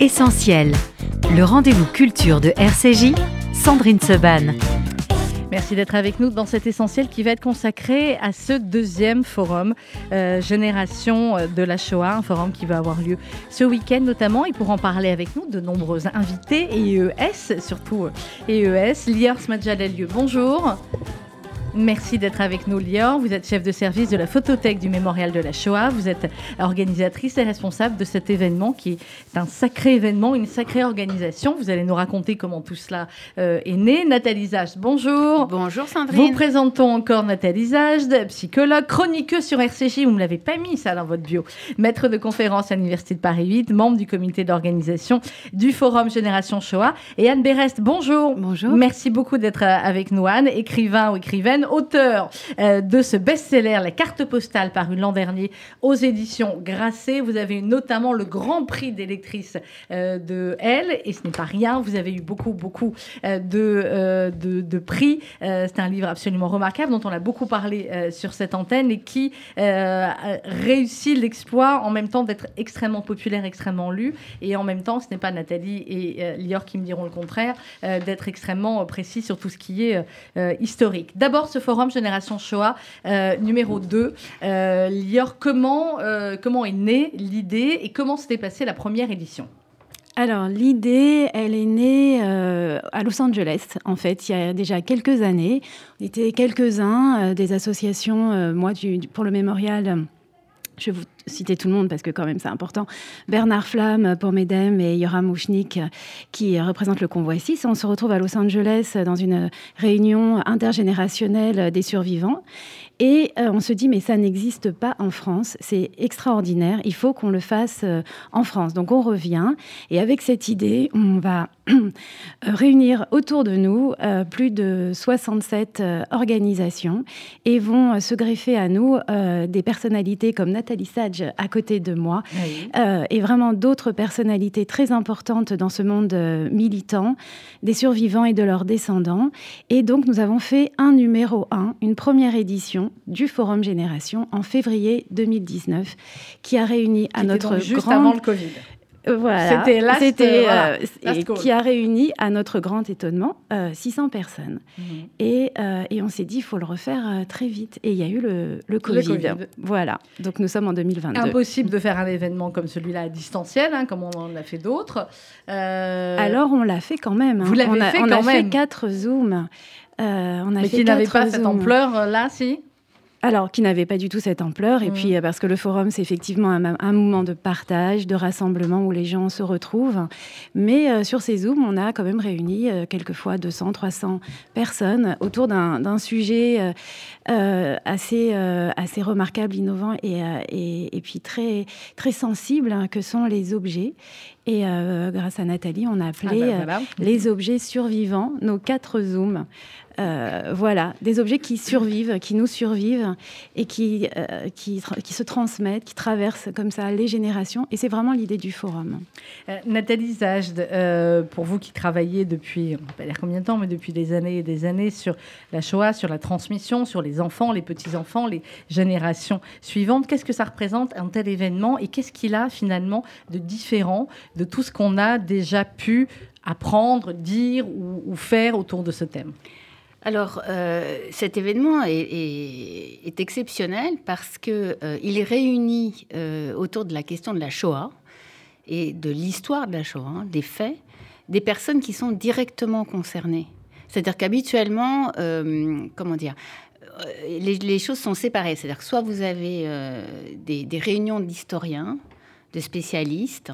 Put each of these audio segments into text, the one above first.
Essentiel, le rendez-vous culture de RCJ, Sandrine Seban. Merci d'être avec nous dans cet Essentiel qui va être consacré à ce deuxième forum Génération de la Shoah, un forum qui va avoir lieu ce week-end notamment. Et pour en parler avec nous, de nombreux invités, EES, surtout EES. Lior Smadjalalieu, bonjour. Merci d'être avec nous, Lior. Vous êtes chef de service de la photothèque du Mémorial de la Shoah. Vous êtes organisatrice et responsable de cet événement qui est un sacré événement, une sacrée organisation. Vous allez nous raconter comment tout cela est né. Nathalie Zajde, bonjour. Bonjour Sandrine. Vous présentons encore Nathalie Zajde, psychologue, chroniqueuse sur RCJ. Vous ne me l'avez pas mis ça dans votre bio. Maître de conférence à l'Université de Paris 8, membre du comité d'organisation du Forum Génération Shoah. Et Anne Berest, bonjour. Bonjour. Merci beaucoup d'être avec nous, Anne, écrivain ou écrivaine, auteur de ce best-seller La carte postale, paru l'an dernier aux éditions Grasset. Vous avez eu notamment le grand prix des lectrices de Elle, et ce n'est pas rien. Vous avez eu beaucoup de prix. C'est un livre absolument remarquable dont on a beaucoup parlé sur cette antenne et qui réussit l'exploit en même temps d'être extrêmement populaire, extrêmement lu, et en même temps, ce n'est pas Nathalie et Lior qui me diront le contraire, d'être extrêmement précis sur tout ce qui est historique. D'abord, ce forum Génération Shoah numéro 2. Lior, comment est née l'idée et comment s'était passée la première édition ? Alors, l'idée, elle est née à Los Angeles, en fait, il y a déjà quelques années. On était quelques-uns des associations, pour le mémorial. Je vais vous citer tout le monde parce que quand même c'est important. Bernard Flamme pour MEDEM et Yoram Mouchnik qui représentent le Convoi 6. On se retrouve à Los Angeles dans une réunion intergénérationnelle des survivants. Et on se dit, mais ça n'existe pas en France, c'est extraordinaire, il faut qu'on le fasse en France. Donc on revient, et avec cette idée, on va réunir autour de nous plus de 67 organisations, et vont se greffer à nous des personnalités comme Nathalie Zajde à côté de moi, oui. Et vraiment d'autres personnalités très importantes dans ce monde militant, des survivants et de leurs descendants. Et donc nous avons fait un numéro 1, une première édition, du Forum Génération en février 2019, qui a réuni à notre juste avant le Covid. Voilà, qui a réuni à notre grand étonnement 600 personnes. Mmh. Et on s'est dit, il faut le refaire très vite. Et il y a eu le COVID. Voilà, donc nous sommes en 2022. Impossible de faire un événement comme celui-là à distanciel, comme on en a fait d'autres. Alors on l'a fait quand même. Vous l'avez fait quand même. On a fait 4 Zooms. Mais qui n'avaient pas cette ampleur là, si ? Alors, qui n'avait pas du tout cette ampleur. Et puis, parce que le forum, c'est effectivement un moment de partage, de rassemblement où les gens se retrouvent. Mais sur ces Zooms, on a quand même réuni quelquefois 200, 300 personnes autour d'un sujet assez remarquable, innovant et puis très, très sensible, que sont les objets. Et grâce à Nathalie, on a appelé les objets survivants, nos 4 Zooms. Voilà, des objets qui survivent, qui nous survivent et qui se transmettent, qui traversent comme ça les générations. Et c'est vraiment l'idée du forum. Nathalie Zajde, pour vous qui travaillez depuis, on ne va pas dire combien de temps, mais depuis des années et des années sur la Shoah, sur la transmission, sur les enfants, les petits-enfants, les générations suivantes, qu'est-ce que ça représente un tel événement et qu'est-ce qu'il a finalement de différent de tout ce qu'on a déjà pu apprendre, dire ou faire autour de ce thème ? Alors, cet événement est exceptionnel parce qu'il réunit autour de la question de la Shoah et de l'histoire de la Shoah, des faits, des personnes qui sont directement concernées. C'est-à-dire qu'habituellement, les choses sont séparées. C'est-à-dire que soit vous avez des réunions d'historiens, de spécialistes,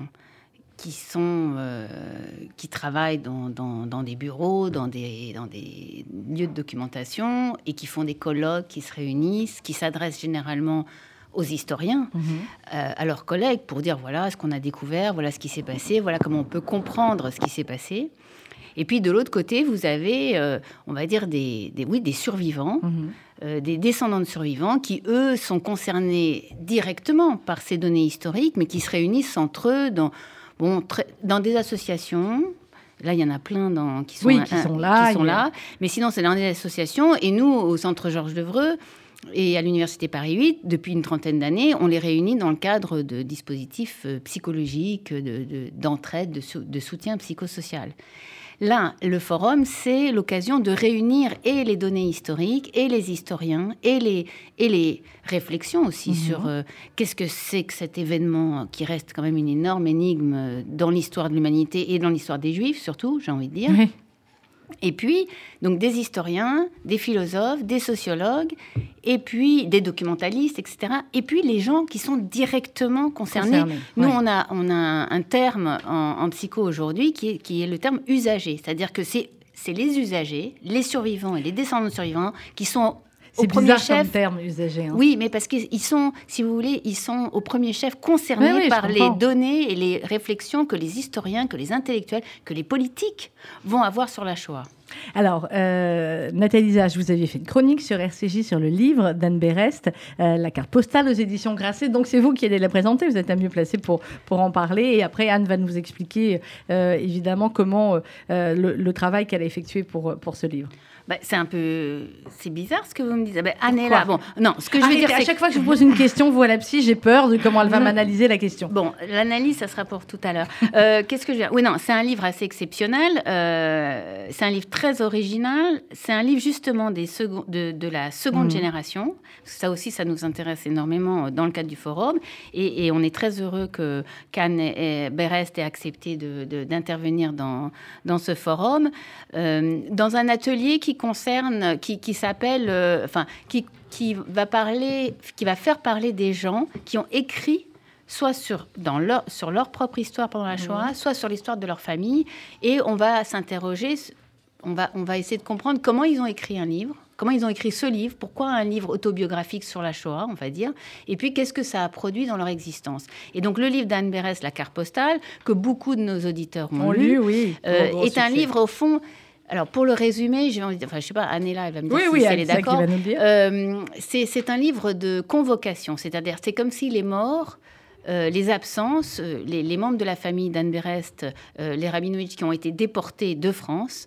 qui travaillent dans des bureaux, dans des lieux de documentation et qui font des colloques, qui se réunissent, qui s'adressent généralement aux historiens, à leurs collègues pour dire voilà ce qu'on a découvert, voilà ce qui s'est passé, voilà comment on peut comprendre ce qui s'est passé. Et puis de l'autre côté, vous avez, on va dire, des survivants, des descendants de survivants qui, eux, sont concernés directement par ces données historiques, mais qui se réunissent entre eux dans des associations. Là, il y en a plein qui sont là. Mais sinon, c'est dans des associations. Et nous, au Centre Georges Devreux, Et à l'Université Paris 8, depuis une trentaine d'années, on les réunit dans le cadre de dispositifs psychologiques, d'entraide, de soutien psychosocial. Là, le forum, c'est l'occasion de réunir et les données historiques, et les historiens, et les réflexions aussi sur qu'est-ce que c'est que cet événement qui reste quand même une énorme énigme dans l'histoire de l'humanité et dans l'histoire des Juifs, surtout, j'ai envie de dire. Oui. Et puis, donc des historiens, des philosophes, des sociologues, et puis des documentalistes, etc. Et puis les gens qui sont directement concernés. Nous, on a un terme en psycho aujourd'hui qui est le terme usager. C'est-à-dire que c'est les usagers, les survivants et les descendants de survivants qui sont au premier chef. Comme terme usagé. Oui, mais parce qu'ils sont, si vous voulez, ils sont au premier chef concernés par les données et les réflexions que les historiens, que les intellectuels, que les politiques vont avoir sur la Shoah. Alors, Nathalie Zage, vous aviez fait une chronique sur RCJ sur le livre d'Anne Berest, La carte postale aux éditions Grasset. Donc, c'est vous qui allez la présenter. Vous êtes la mieux placée pour en parler. Et après, Anne va nous expliquer, évidemment, comment le travail qu'elle a effectué pour ce livre. C'est bizarre ce que vous me dites. Anne est là. Bon, non, ce que je veux dire, c'est à chaque fois que je vous pose une question, vous à la psy, j'ai peur de comment elle va m'analyser la question. Bon, l'analyse, ça sera pour tout à l'heure. Qu'est-ce que je veux dire ? Oui, non, c'est un livre assez exceptionnel. C'est un livre très original. C'est un livre justement de la seconde génération. Ça aussi, ça nous intéresse énormément dans le cadre du forum. Et on est très heureux qu'Anne Berest ait accepté d'intervenir dans ce forum. Dans un atelier qui concerne, qui s'appelle, qui va faire parler des gens qui ont écrit soit sur leur propre histoire pendant la Shoah, soit sur l'histoire de leur famille, et on va s'interroger, on va essayer de comprendre comment ils ont écrit un livre, comment ils ont écrit ce livre, pourquoi un livre autobiographique sur la Shoah, on va dire, et puis qu'est-ce que ça a produit dans leur existence. Et donc le livre d'Anne Berest, La carte postale, que beaucoup de nos auditeurs ont lu, est un livre au fond. Alors, pour le résumer, je sais pas, Anne est là, elle va me dire si elle est d'accord. C'est un livre de convocation, c'est-à-dire c'est comme si les morts, les absences, les membres de la famille d'Anne Berest, les Rabinowitz qui ont été déportés de France,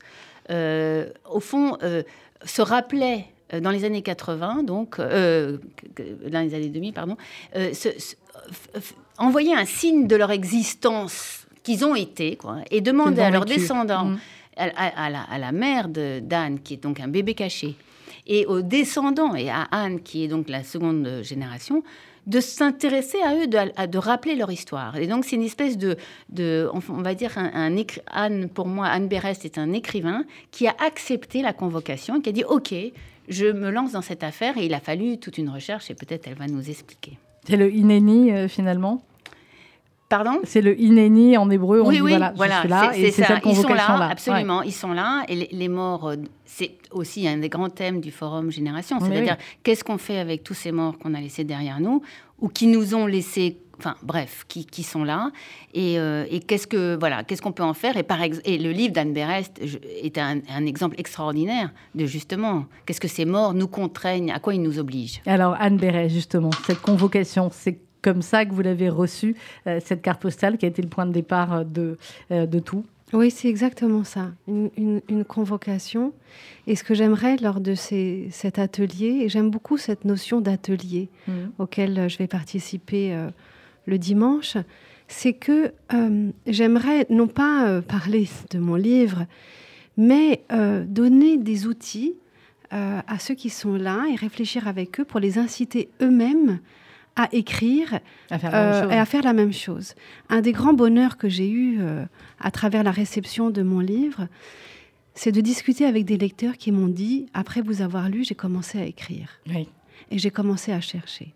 au fond, se rappelaient dans les années 80, donc dans les années 2000, pardon, envoyaient un signe de leur existence qu'ils ont été, quoi, et demandaient à leurs descendants. À la mère d'Anne, qui est donc un bébé caché, et aux descendants, et à Anne, qui est donc la seconde génération, de s'intéresser à eux, de rappeler leur histoire. Et donc, c'est une espèce on va dire, pour moi, Anne Berest est un écrivain qui a accepté la convocation, qui a dit « Ok, je me lance dans cette affaire », et il a fallu toute une recherche, et peut-être elle va nous expliquer. C'est le Hineni, finalement ? Pardon ? C'est le Hineni en hébreu. Oui, je suis là, c'est ça. Cette convocation-là. Ils sont là, absolument. Ouais. Ils sont là. Et les morts, c'est aussi un des grands thèmes du Forum Génération. C'est-à-dire, qu'est-ce qu'on fait avec tous ces morts qu'on a laissés derrière nous ou qui nous ont laissés, enfin, bref, qui sont là. Et qu'est-ce qu'on peut en faire ? Et le livre d'Anne Berest est un exemple extraordinaire de, justement, qu'est-ce que ces morts nous contraignent, à quoi ils nous obligent. Alors, Anne Berest, justement, cette convocation, c'est comme ça que vous l'avez reçue, cette carte postale qui a été le point de départ de tout. Oui, c'est exactement ça, une convocation. Et ce que j'aimerais lors de cet atelier, et j'aime beaucoup cette notion d'atelier auquel je vais participer le dimanche, c'est que j'aimerais non pas parler de mon livre, mais donner des outils à ceux qui sont là et réfléchir avec eux pour les inciter eux-mêmes à écrire et à faire la même chose. Un des grands bonheurs que j'ai eu à travers la réception de mon livre, c'est de discuter avec des lecteurs qui m'ont dit, après vous avoir lu, j'ai commencé à écrire. Oui. Et j'ai commencé à chercher.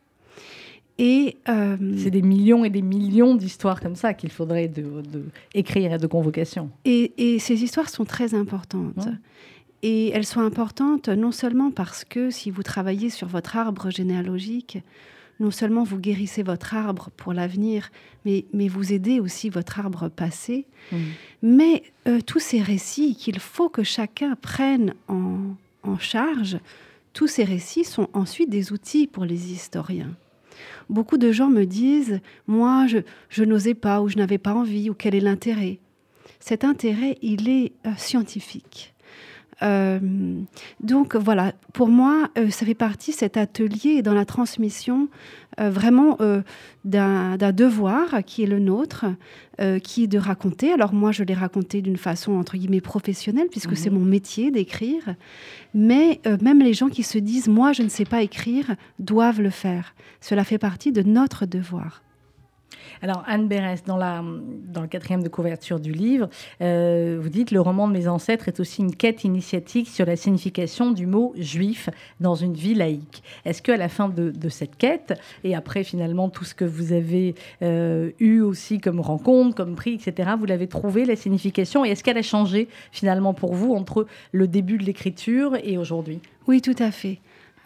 Et c'est des millions et des millions d'histoires comme ça qu'il faudrait de écrire et de convocation. Et ces histoires sont très importantes. Et elles sont importantes non seulement parce que si vous travaillez sur votre arbre généalogique, non seulement vous guérissez votre arbre pour l'avenir, mais vous aidez aussi votre arbre passé. Mais tous ces récits qu'il faut que chacun prenne en charge, tous ces récits sont ensuite des outils pour les historiens. Beaucoup de gens me disent « Moi, je n'osais pas, ou je n'avais pas envie, ou quel est l'intérêt ?» Cet intérêt, il est scientifique. Donc voilà, pour moi, ça fait partie, cet atelier, dans la transmission vraiment d'un devoir qui est le nôtre, qui est de raconter. Alors moi, je l'ai raconté d'une façon, entre guillemets, professionnelle, puisque c'est mon métier d'écrire. Mais même les gens qui se disent « moi, je ne sais pas écrire », doivent le faire. Cela fait partie de notre devoir. Alors, Anne Berès, dans le 4e de couverture du livre, vous dites « Le roman de mes ancêtres est aussi une quête initiatique sur la signification du mot juif dans une vie laïque ». Est-ce qu'à la fin de cette quête, et après finalement tout ce que vous avez eu aussi comme rencontre, comme prix, etc., vous l'avez trouvé, la signification, et est-ce qu'elle a changé finalement pour vous entre le début de l'écriture et aujourd'hui ? Oui, tout à fait.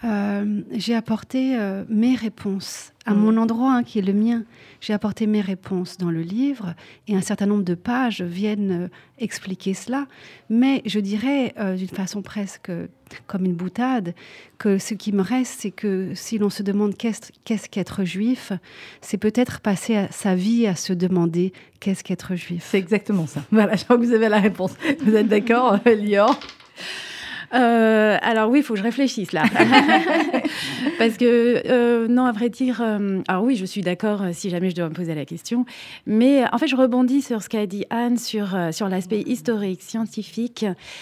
J'ai apporté mes réponses à mon endroit, qui est le mien. J'ai apporté mes réponses dans le livre et un certain nombre de pages viennent expliquer cela. Mais je dirais, d'une façon presque comme une boutade, que ce qui me reste, c'est que si l'on se demande qu'est-ce qu'être juif, c'est peut-être passer sa vie à se demander qu'est-ce qu'être juif. C'est exactement ça. Voilà, je crois que vous avez la réponse. Vous êtes d'accord, Lior ? Alors oui, il faut que je réfléchisse là. Parce que, non, à vrai dire, alors oui, je suis d'accord si jamais je dois me poser la question. Mais en fait, je rebondis sur ce qu'a dit Anne sur l'aspect historique, scientifique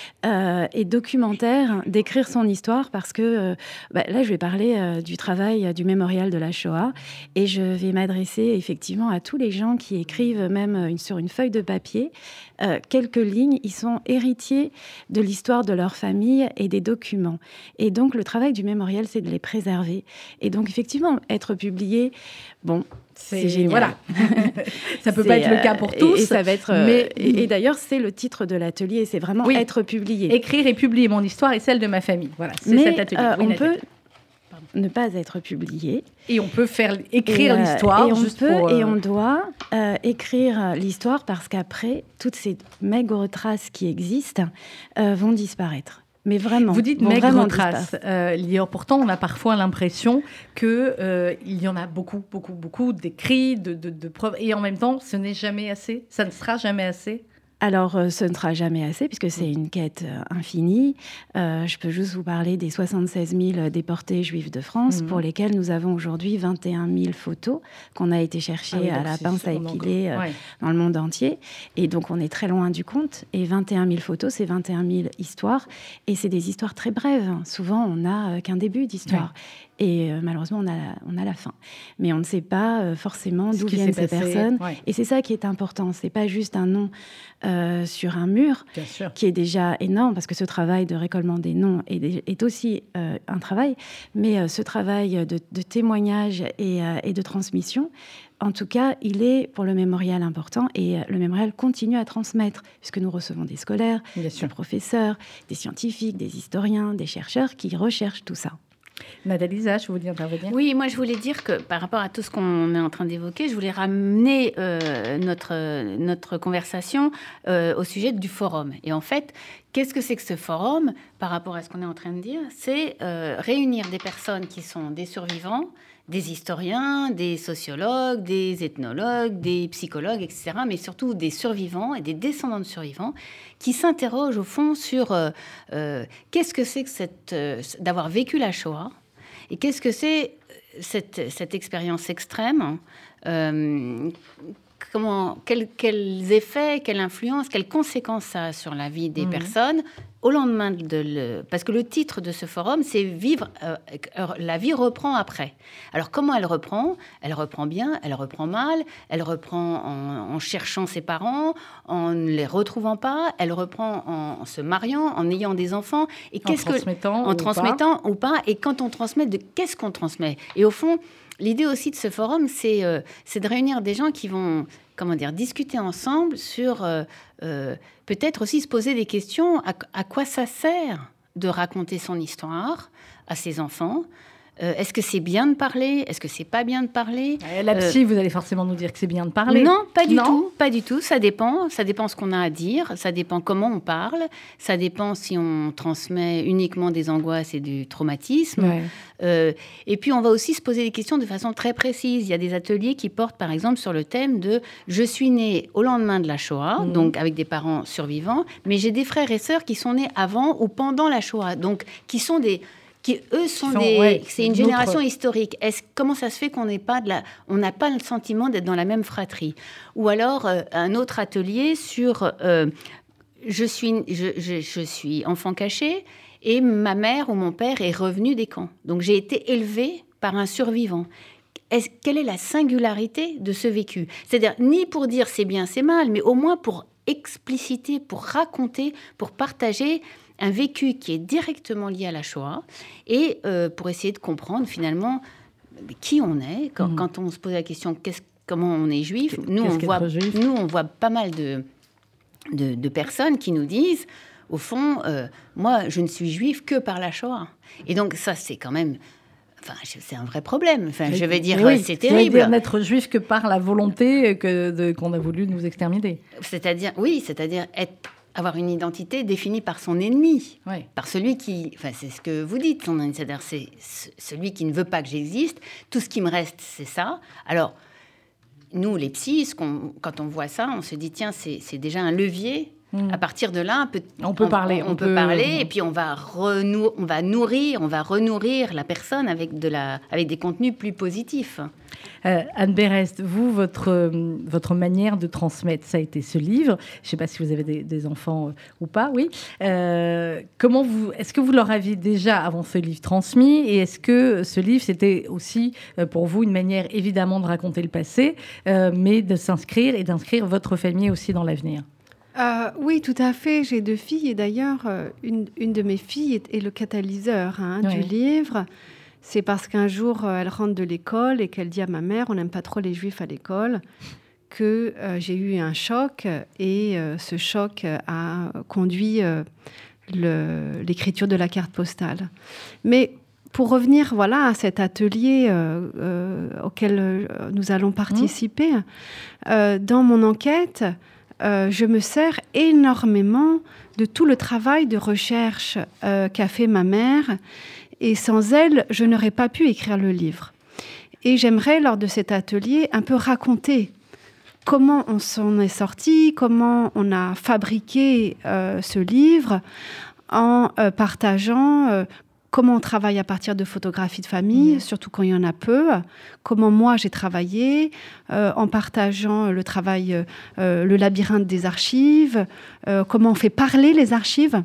et documentaire d'écrire son histoire. Parce que là, je vais parler du travail du mémorial de la Shoah. Et je vais m'adresser effectivement à tous les gens qui écrivent même sur une feuille de papier quelques lignes. Ils sont héritiers de l'histoire de leur famille et des documents. Et donc, le travail du mémorial, c'est de les préserver. Et donc, effectivement, être publié, bon, c'est génial. Voilà. Ça peut pas être le cas pour tous. Et ça va être. Mais et d'ailleurs, c'est le titre de l'atelier. C'est vraiment être publié. Écrire et publier mon histoire et celle de ma famille. Voilà, c'est cet atelier. On peut ne pas être publié. Et on peut faire écrire l'histoire. Et on doit écrire l'histoire parce qu'après, toutes ces maigres traces qui existent vont disparaître. Mais vraiment. Vous dites maigre trace, Lior. Pourtant, on a parfois l'impression qu'il y en a beaucoup, beaucoup, beaucoup d'écrits, de preuves. Et en même temps, ce n'est jamais assez. Ça ne sera jamais assez. Alors, ce ne sera jamais assez, puisque c'est une quête infinie. Je peux juste vous parler des 76 000 déportés juifs de France, pour lesquels nous avons aujourd'hui 21 000 photos qu'on a été chercher à la pince à épiler dans le monde entier. Et donc, on est très loin du compte. Et 21 000 photos, c'est 21 000 histoires. Et c'est des histoires très brèves. Souvent, on n'a qu'un début d'histoire. Ouais. Et malheureusement, on a la fin. Mais on ne sait pas forcément d'où viennent ces personnes. Ouais. Et c'est ça qui est important. Ce n'est pas juste un nom sur un mur, qui est déjà énorme, parce que ce travail de récollement des noms est aussi un travail. Mais ce travail de témoignage et de transmission, en tout cas, il est pour le mémorial important. Et le mémorial continue à transmettre, puisque nous recevons des scolaires, des professeurs, des scientifiques, des historiens, des chercheurs qui recherchent tout ça. Nathalie, je voulais intervenir. Oui, moi je voulais dire que par rapport à tout ce qu'on est en train d'évoquer, je voulais ramener notre conversation au sujet du forum. Et en fait, qu'est-ce que c'est que ce forum par rapport à ce qu'on est en train de dire ? C'est réunir des personnes qui sont des survivants, des historiens, des sociologues, des ethnologues, des psychologues, etc., mais surtout des survivants et des descendants de survivants qui s'interrogent au fond sur qu'est-ce que c'est que d'avoir vécu la Shoah et qu'est-ce que c'est cette expérience extrême, quels effets, quelle influence, quelles conséquences ça a sur la vie des personnes au lendemain parce que le titre de ce forum, c'est vivre, la vie reprend après. Alors comment elle reprend ? Elle reprend bien, elle reprend mal, elle reprend en cherchant ses parents, en ne les retrouvant pas, elle reprend en se mariant, en ayant des enfants, et en transmettant ou pas. Et quand on transmet, qu'est-ce qu'on transmet ? Et au fond, l'idée aussi de ce forum, c'est de réunir des gens qui vont, discuter ensemble sur peut-être aussi se poser des questions. À quoi ça sert de raconter son histoire à ses enfants ? Est-ce que c'est bien de parler? Est-ce que c'est pas bien de parler? La psy, vous allez forcément nous dire que c'est bien de parler. Non, pas du tout. Pas du tout. Ça dépend ce qu'on a à dire. Ça dépend comment on parle. Ça dépend si on transmet uniquement des angoisses et du traumatisme. Ouais. Et puis, on va aussi se poser des questions de façon très précise. Il y a des ateliers qui portent, par exemple, sur le thème de « Je suis née au lendemain de la Shoah, donc avec des parents survivants, mais j'ai des frères et sœurs qui sont nés avant ou pendant la Shoah, donc qui sont des... » c'est une génération historique. Comment ça se fait qu'on n'a pas le sentiment d'être dans la même fratrie? Ou alors un autre atelier sur je suis enfant caché et ma mère ou mon père est revenu des camps. Donc j'ai été élevée par un survivant. Quelle est la singularité de ce vécu? C'est-à-dire ni pour dire c'est bien, c'est mal, mais au moins pour expliciter, pour raconter, pour partager un vécu qui est directement lié à la Shoah et pour essayer de comprendre finalement qui on est. Quand on se pose la question comment on est juif, nous on voit pas mal de personnes qui nous disent au fond, moi je ne suis juif que par la Shoah. Et donc ça c'est quand même... c'est un vrai problème. Je vais dire, c'est terrible. C'est-à-dire n'être juif que par la volonté qu'on a voulu nous exterminer. C'est-à-dire avoir une identité définie par son ennemi, par celui qui... c'est ce que vous dites, c'est-à-dire c'est celui qui ne veut pas que j'existe. Tout ce qui me reste, c'est ça. Alors, nous, les psys, quand on voit ça, on se dit, tiens, c'est déjà un levier. À partir de là, on peut parler, et puis on va renourrir la personne avec des contenus plus positifs. Anne Berest, vous, votre manière de transmettre, ça a été ce livre. Je ne sais pas si vous avez des enfants ou pas, oui. Est-ce que vous leur aviez déjà, avant ce livre, transmis? Et est-ce que ce livre, c'était aussi pour vous une manière, évidemment, de raconter le passé, mais de s'inscrire et d'inscrire votre famille aussi dans l'avenir? Oui, tout à fait. J'ai 2 filles et d'ailleurs, une de mes filles est le catalyseur du livre. C'est parce qu'un jour, elle rentre de l'école et qu'elle dit à ma mère, on n'aime pas trop les juifs à l'école, que j'ai eu un choc et ce choc a conduit l'écriture de la carte postale. Mais pour revenir à cet atelier auquel nous allons participer, dans mon enquête, je me sers énormément de tout le travail de recherche qu'a fait ma mère. Et sans elle, je n'aurais pas pu écrire le livre. Et j'aimerais, lors de cet atelier, un peu raconter comment on s'en est sorti, comment on a fabriqué ce livre, en partageant comment on travaille à partir de photographies de famille, surtout quand il y en a peu, comment moi j'ai travaillé, en partageant le travail, le labyrinthe des archives, comment on fait parler les archives.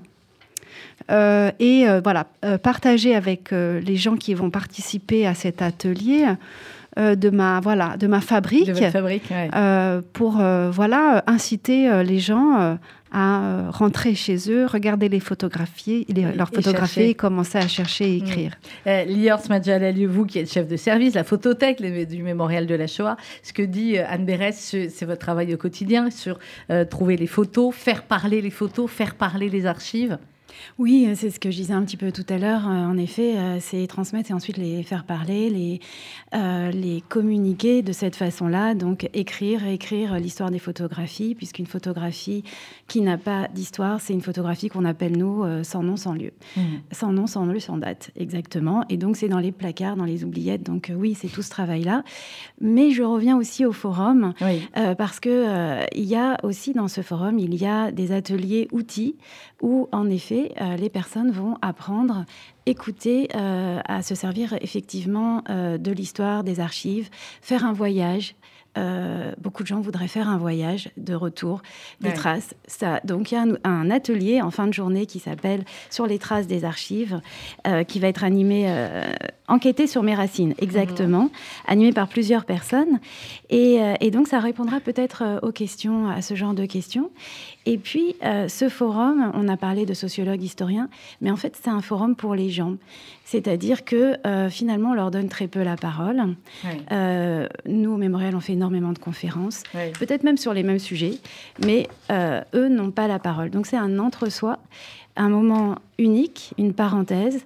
Partager avec les gens qui vont participer à cet atelier de ma fabrique, pour inciter les gens à rentrer chez eux, regarder les photographies, leurs photographies et commencer à chercher et écrire. Lior Smadjalaliou, vous qui êtes chef de service, la photothèque du mémorial de la Shoah, ce que dit Anne Berest, c'est votre travail au quotidien sur trouver les photos, faire parler les photos, faire parler les archives. Oui, c'est ce que je disais un petit peu tout à l'heure. En effet, c'est transmettre et ensuite les faire parler, les communiquer de cette façon-là. Donc, écrire l'histoire des photographies, puisqu'une photographie qui n'a pas d'histoire, c'est une photographie qu'on appelle, nous, sans nom, sans lieu. Sans nom, sans lieu, sans date, exactement. Et donc, c'est dans les placards, dans les oubliettes. Donc, oui, c'est tout ce travail-là. Mais je reviens aussi au forum, parce que il y a aussi dans ce forum, il y a des ateliers outils où, en effet, les personnes vont apprendre, écouter, à se servir effectivement de l'histoire, des archives, faire un voyage. Beaucoup de gens voudraient faire un voyage de retour des traces. Donc, il y a un atelier en fin de journée qui s'appelle « Sur les traces des archives », qui va être animé, enquêté sur mes racines, exactement, animé par plusieurs personnes. Et donc, ça répondra peut-être aux questions, à ce genre de questions. Et puis, ce forum, on a parlé de sociologues, historiens, mais en fait, c'est un forum pour les gens. C'est-à-dire que, finalement, on leur donne très peu la parole. Nous, au Mémorial, on fait énormément de conférences, peut-être même sur les mêmes sujets, mais eux n'ont pas la parole. Donc, c'est un entre-soi, un moment unique, une parenthèse,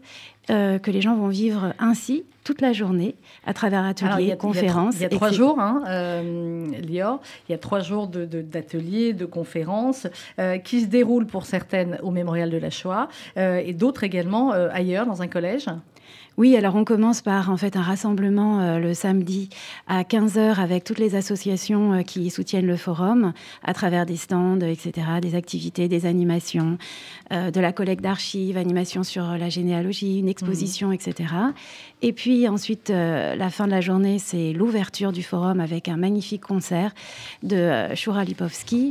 que les gens vont vivre ainsi toute la journée, à travers ateliers, conférences. Il y a 3 jours, Lior, il y a 3 jours d'ateliers, de conférences, qui se déroulent pour certaines au Mémorial de la Shoah, et d'autres également ailleurs, dans un collège. Oui, alors on commence par en fait un rassemblement le samedi à 15h avec toutes les associations qui soutiennent le forum à travers des stands, etc., des activités, des animations, de la collecte d'archives, animations sur la généalogie, une exposition, etc. Et puis ensuite, la fin de la journée, c'est l'ouverture du forum avec un magnifique concert de Shura Lipovski.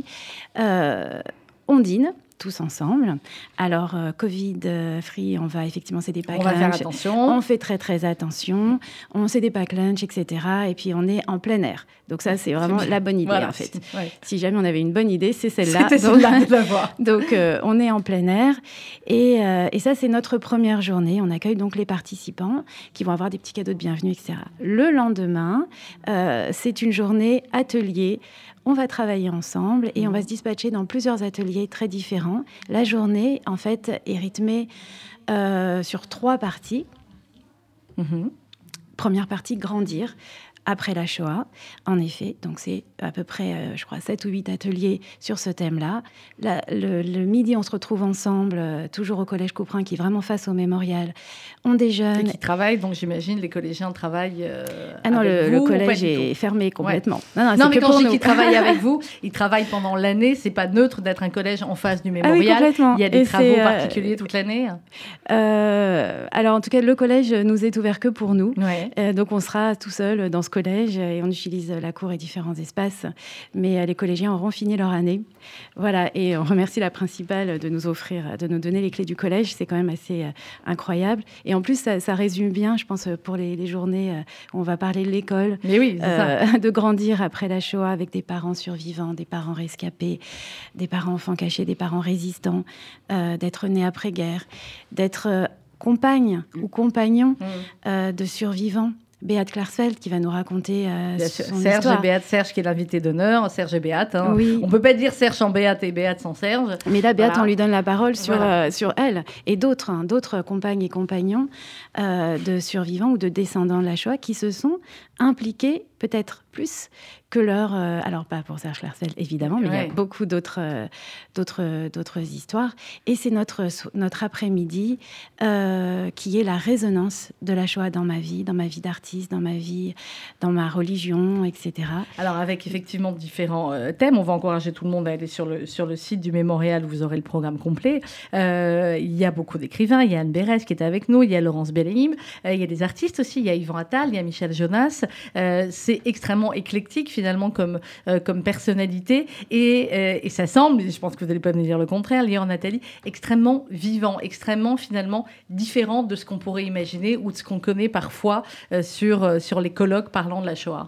On dîne tous ensemble. Alors, Covid-free, on va effectivement, c'est des pack lunch. On va faire attention. On fait très, très attention. On fait des pack lunch, etc. Et puis, on est en plein air. Donc, ça, c'est vraiment la bonne idée, en fait. Ouais. Si jamais on avait une bonne idée, c'est celle-là. C'était celle-là de l'avoir. Donc, on est en plein air. Et ça, c'est notre première journée. On accueille donc les participants qui vont avoir des petits cadeaux de bienvenue, etc. Le lendemain, c'est une journée atelier. On va travailler ensemble et on va se dispatcher dans plusieurs ateliers très différents. La journée, en fait, est rythmée sur 3 parties. Première partie, grandir. Après la Shoah, en effet. Donc, c'est à peu près, je crois, 7 ou 8 ateliers sur ce thème-là. Le midi, on se retrouve ensemble, toujours au Collège Couperin, qui est vraiment face au mémorial. On déjeune. Et qui travaillent, donc j'imagine les collégiens travaillent ah non, avec le vous, collège est fermé complètement. Ouais. Non, mais quand je dis qu'ils travaillent avec vous, ils travaillent pendant l'année. C'est pas neutre d'être un collège en face du mémorial. Ah oui, complètement. Il y a des travaux particuliers toute l'année. Alors, en tout cas, le collège nous est ouvert que pour nous. Ouais. Donc, on sera tout seul dans ce collège et on utilise la cour et différents espaces. Mais les collégiens auront fini leur année. Voilà. Et on remercie la principale de nous offrir, de nous donner les clés du collège. C'est quand même assez incroyable. Et en plus, ça résume bien, je pense, pour les journées où on va parler de l'école. Mais oui, c'est ça. De grandir après la Shoah avec des parents survivants, des parents rescapés, des parents enfants cachés, des parents résistants, d'être nés après-guerre, d'être compagne ou compagnon de survivants. Béate Klarsfeld qui va nous raconter son Serge histoire. Et Béate, Serge qui est l'invité d'honneur, Serge et Béate. Oui. On ne peut pas dire Serge sans Béate et Béate sans Serge. Mais là, Béate, voilà. on lui donne la parole sur elle et d'autres compagnes et compagnons de survivants ou de descendants de la Shoah qui se sont impliqués peut-être plus que leur... alors, pas pour Serge Klarsfeld, évidemment, mais il y a beaucoup d'autres histoires. Et c'est notre après-midi qui est la résonance de la Shoah dans ma vie d'artiste, dans ma religion, etc. Alors, avec effectivement différents thèmes, on va encourager tout le monde à aller sur le site du Mémorial où vous aurez le programme complet. Il y a beaucoup d'écrivains, il y a Anne Berès qui est avec nous, il y a Laurence Belleim, il y a des artistes aussi, il y a Yvan Attal, il y a Michel Jonas. C'est extrêmement éclectique finalement comme personnalité et ça semble, je pense que vous n'allez pas me dire le contraire, Lior, Nathalie, extrêmement vivant, extrêmement finalement différent de ce qu'on pourrait imaginer ou de ce qu'on connaît parfois sur les colloques parlant de la Shoah.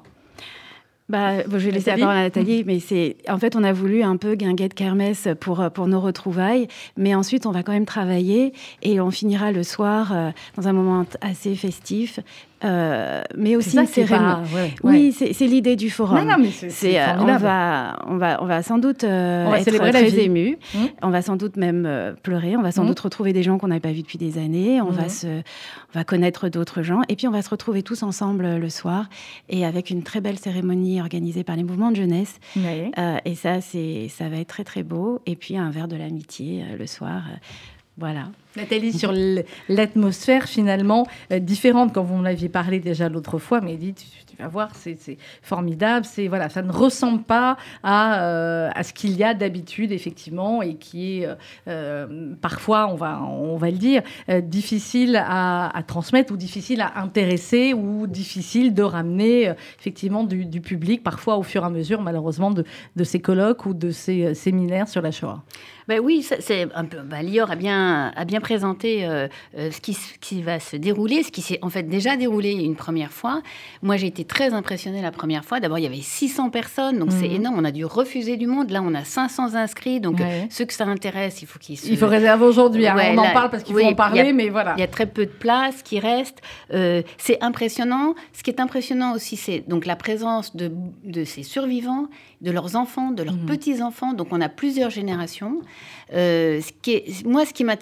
Je vais laisser la parole à Nathalie, mais en fait, on a voulu un peu guinguette kermesse pour nos retrouvailles, mais ensuite, on va quand même travailler et on finira le soir dans un moment assez festif. Mais aussi une cérémonie. Oui, c'est l'idée du forum. Non, mais c'est on va sans doute être très émus. On va sans doute même pleurer. On va sans doute retrouver des gens qu'on n'avait pas vus depuis des années. On va connaître d'autres gens. Et puis, on va se retrouver tous ensemble le soir et avec une très belle cérémonie organisée par les mouvements de jeunesse. Oui. Et ça va être très, très beau. Et puis, un verre de l'amitié le soir. Voilà. Nathalie, sur l'atmosphère finalement différente, quand vous m'en aviez parlé déjà l'autre fois, mais dit, tu vas voir, c'est formidable, ça ne ressemble pas à ce qu'il y a d'habitude effectivement et qui est parfois, on va le dire, difficile à transmettre ou difficile à intéresser ou difficile de ramener effectivement du public, parfois au fur et à mesure malheureusement de ces colloques ou de ces séminaires sur la Shoah. Ben oui, c'est un peu. Lior a bien présenté ce qui va se dérouler, ce qui s'est en fait déjà déroulé une première fois. Moi, j'ai été très impressionnée la première fois. D'abord, il y avait 600 personnes, donc c'est énorme. On a dû refuser du monde. Là, on a 500 inscrits, donc ceux que ça intéresse, il faut réserver aujourd'hui. On en parle parce qu'il faut en parler, mais voilà. Il y a très peu de place qui reste. C'est impressionnant. Ce qui est impressionnant aussi, c'est donc la présence de ces survivants, de leurs enfants, de leurs petits-enfants. Donc, on a plusieurs générations. Ce qui m'intéresse, c'est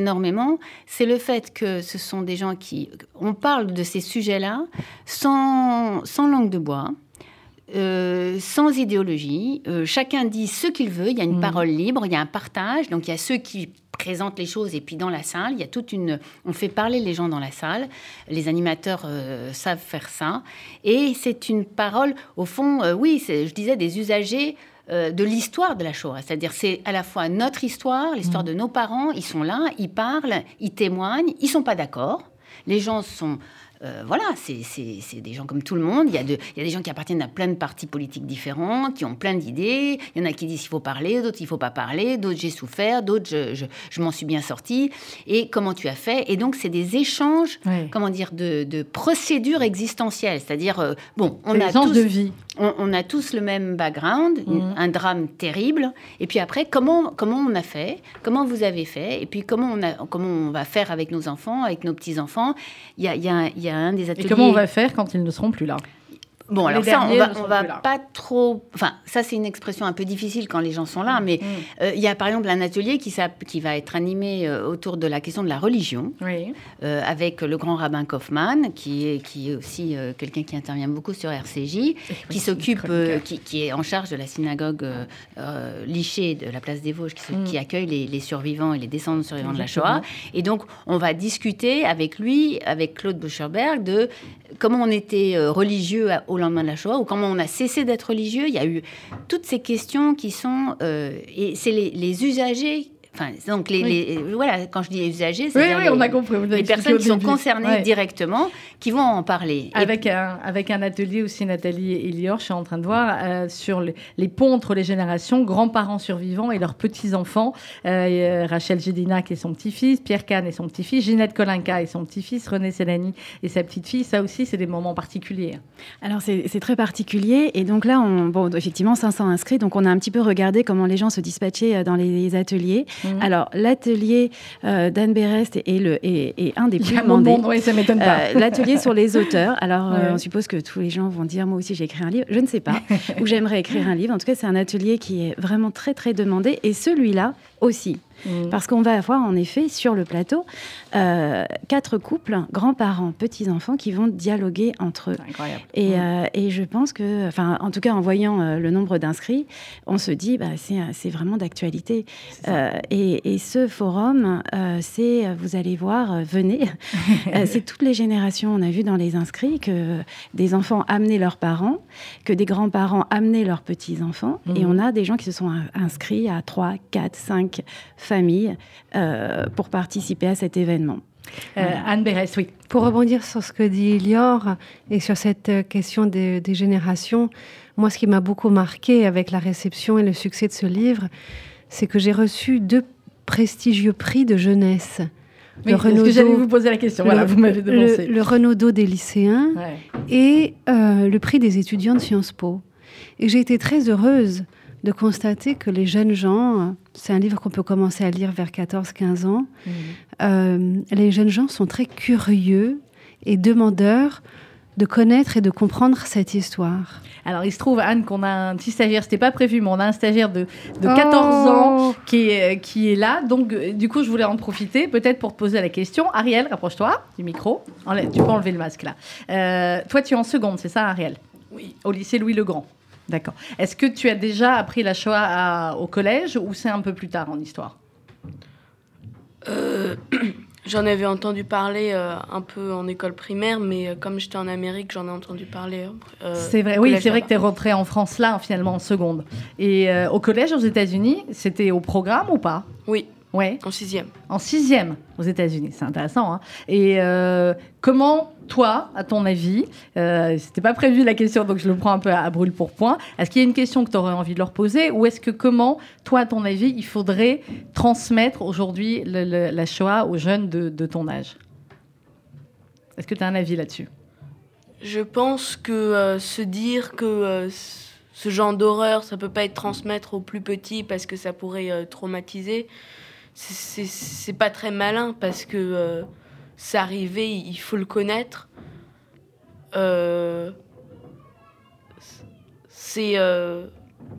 énormément, c'est le fait que ce sont des gens on parle de ces sujets-là sans langue de bois. Sans idéologie, chacun dit ce qu'il veut, il y a une parole libre, il y a un partage, donc il y a ceux qui présentent les choses et puis dans la salle, il y a on fait parler les gens dans la salle, les animateurs savent faire ça, et c'est une parole, au fond, je disais, des usagers de l'histoire de la Shoah, c'est-à-dire c'est à la fois notre histoire, l'histoire de nos parents, ils sont là, ils parlent, ils témoignent, ils sont pas d'accord, les gens sont... c'est des gens comme tout le monde. Il y a des gens qui appartiennent à plein de partis politiques différents, qui ont plein d'idées. Il y en a qui disent qu'il faut parler, d'autres il faut pas parler, d'autres j'ai souffert, d'autres je m'en suis bien sortie. Et comment tu as fait ? Et donc c'est des échanges, de procédures existentielles. C'est-à-dire on a tous le même background, un drame terrible. Et puis après, comment on a fait ? Comment vous avez fait ? Et puis comment on va faire avec nos enfants, avec nos petits enfants ? Il y a un des ateliers... Et comment on va faire quand ils ne seront plus là ? Bon, alors ça, on va pas trop... Enfin, ça, c'est une expression un peu difficile quand les gens sont là, mais il y a par exemple un atelier qui va être animé autour de la question de la religion, avec le grand rabbin Kaufmann, qui est aussi quelqu'un qui intervient beaucoup sur RCJ, qui s'occupe, qui est en charge de la synagogue Liché de la place des Vosges, qui accueille les survivants et les descendants de survivants de la Shoah. Et donc, on va discuter avec lui, avec Claude Bucherberg, de comment on était religieux au lendemain de la Shoah, ou comment on a cessé d'être religieux. Il y a eu toutes ces questions qui sont... et c'est les usagers... Enfin, donc voilà, quand je dis usagers, c'est on a compris. Les personnes qui sont concernées directement, qui vont en parler. Avec un atelier aussi, Nathalie Elior, je suis en train de voir, sur les ponts entre les générations, grands-parents survivants et leurs petits-enfants. Rachel Gédinac et son petit-fils, Pierre Kahn et son petit-fils, Ginette Kolinka et son petit-fils, René Selani et sa petite-fille. Ça aussi, c'est des moments particuliers. Alors, c'est très particulier. Et donc là, effectivement, 500 inscrits. Donc, on a un petit peu regardé comment les gens se dispatchaient dans les ateliers. Alors, l'atelier d'Anne Berest est un des plus demandés. Ça m'étonne pas. L'atelier sur les auteurs. Alors, on suppose que tous les gens vont dire, moi aussi, j'ai écrit un livre. Je ne sais pas. Ou j'aimerais écrire un livre. En tout cas, c'est un atelier qui est vraiment très, très demandé. Et celui-là aussi. Parce qu'on va avoir, en effet, sur le plateau, 4 couples, grands-parents, petits-enfants, qui vont dialoguer entre eux. Incroyable. Et je pense que, en tout cas, en voyant le nombre d'inscrits, on se dit, c'est vraiment d'actualité. Et ce forum, vous allez voir, venez, c'est toutes les générations. On a vu dans les inscrits que des enfants amenaient leurs parents, que des grands-parents amenaient leurs petits-enfants, et on a des gens qui se sont inscrits à 3, 4, 5 familles pour participer à cet événement. Anne Berest, oui. Pour rebondir sur ce que dit Elior et sur cette question des générations, moi, ce qui m'a beaucoup marqué avec la réception et le succès de ce livre, c'est que j'ai reçu 2 prestigieux prix de jeunesse. Oui, parce que j'allais vous poser la question. Vous m'avez devancé. Le Renaudot des lycéens et le prix des étudiants de Sciences Po. Et j'ai été très heureuse de constater que les jeunes gens, c'est un livre qu'on peut commencer à lire vers 14-15 ans, les jeunes gens sont très curieux et demandeurs de connaître et de comprendre cette histoire. Alors, il se trouve, Anne, qu'on a un petit stagiaire, c'était pas prévu, mais on a un stagiaire de 14 ans qui est là. Donc, du coup, je voulais en profiter, peut-être pour te poser la question. Ariel, rapproche-toi du micro. Tu peux enlever le masque, là. Toi, tu es en seconde, c'est ça, Ariel ? Oui. Au lycée Louis-le-Grand. D'accord. Est-ce que tu as déjà appris la Shoah au collège ou c'est un peu plus tard en histoire ? J'en avais entendu parler un peu en école primaire, mais comme j'étais en Amérique, j'en ai entendu parler. C'est vrai, oui, c'est vrai que tu es rentrée en France là, finalement, en seconde. Et au collège, aux États-Unis, c'était au programme ou pas ? Oui. Ouais. En 6e. En 6e aux États-Unis, c'est intéressant. Hein. Et comment, toi, à ton avis, c'était pas prévu la question, donc je le prends un peu à brûle pour point. Est-ce qu'il y a une question que tu aurais envie de leur poser, ou est-ce que comment, toi, à ton avis, il faudrait transmettre aujourd'hui la Shoah aux jeunes de ton âge ? Est-ce que tu as un avis là-dessus ? Je pense que se dire que ce genre d'horreur, ça peut pas être transmettre aux plus petits parce que ça pourrait traumatiser. C'est pas très malin parce que c'est arrivé, il faut le connaître. On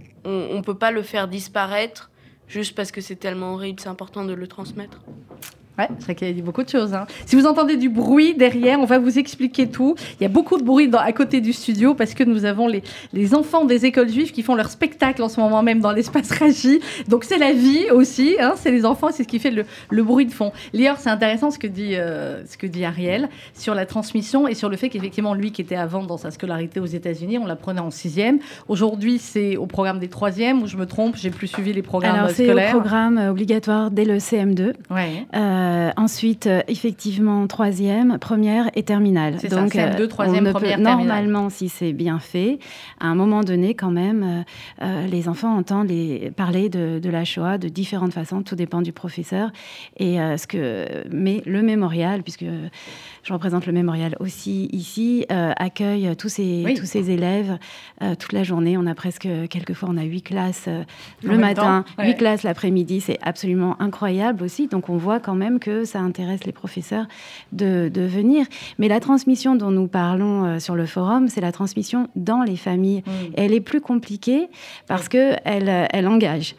peut pas le faire disparaître juste parce que c'est tellement horrible, c'est important de le transmettre. Ouais, c'est vrai qu'il y a dit beaucoup de choses. Hein. Si vous entendez du bruit derrière, on va vous expliquer tout. Il y a beaucoup de bruit à côté du studio parce que nous avons les enfants des écoles juives qui font leur spectacle en ce moment même dans l'espace Raji. Donc c'est la vie aussi, hein, c'est les enfants, c'est ce qui fait le bruit de fond. Lior, c'est intéressant ce que dit Ariel sur la transmission et sur le fait qu'effectivement, lui qui était avant dans sa scolarité aux États-Unis, on l'apprenait en 6e. Aujourd'hui, c'est au programme des 3e, ou je me trompe, j'ai plus suivi les programmes scolaires. Alors c'est au programme obligatoire dès le CM2. Ouais. Ensuite, effectivement, 3e, première et terminale. C'est donc, ça, CM2, 3e, première, terminale. Normalement, si c'est bien fait, à un moment donné, quand même, les enfants entendent parler de la Shoah de différentes façons, tout dépend du professeur. Et mais le mémorial, puisque je représente le mémorial aussi ici, accueille tous ces élèves toute la journée. On a quelquefois, on a 8 classes le matin, 8 classes l'après-midi. C'est absolument incroyable aussi. Donc, on voit quand même que ça intéresse les professeurs de venir. Mais la transmission dont nous parlons sur le forum, c'est la transmission dans les familles. Et elle est plus compliquée parce qu'elle engage.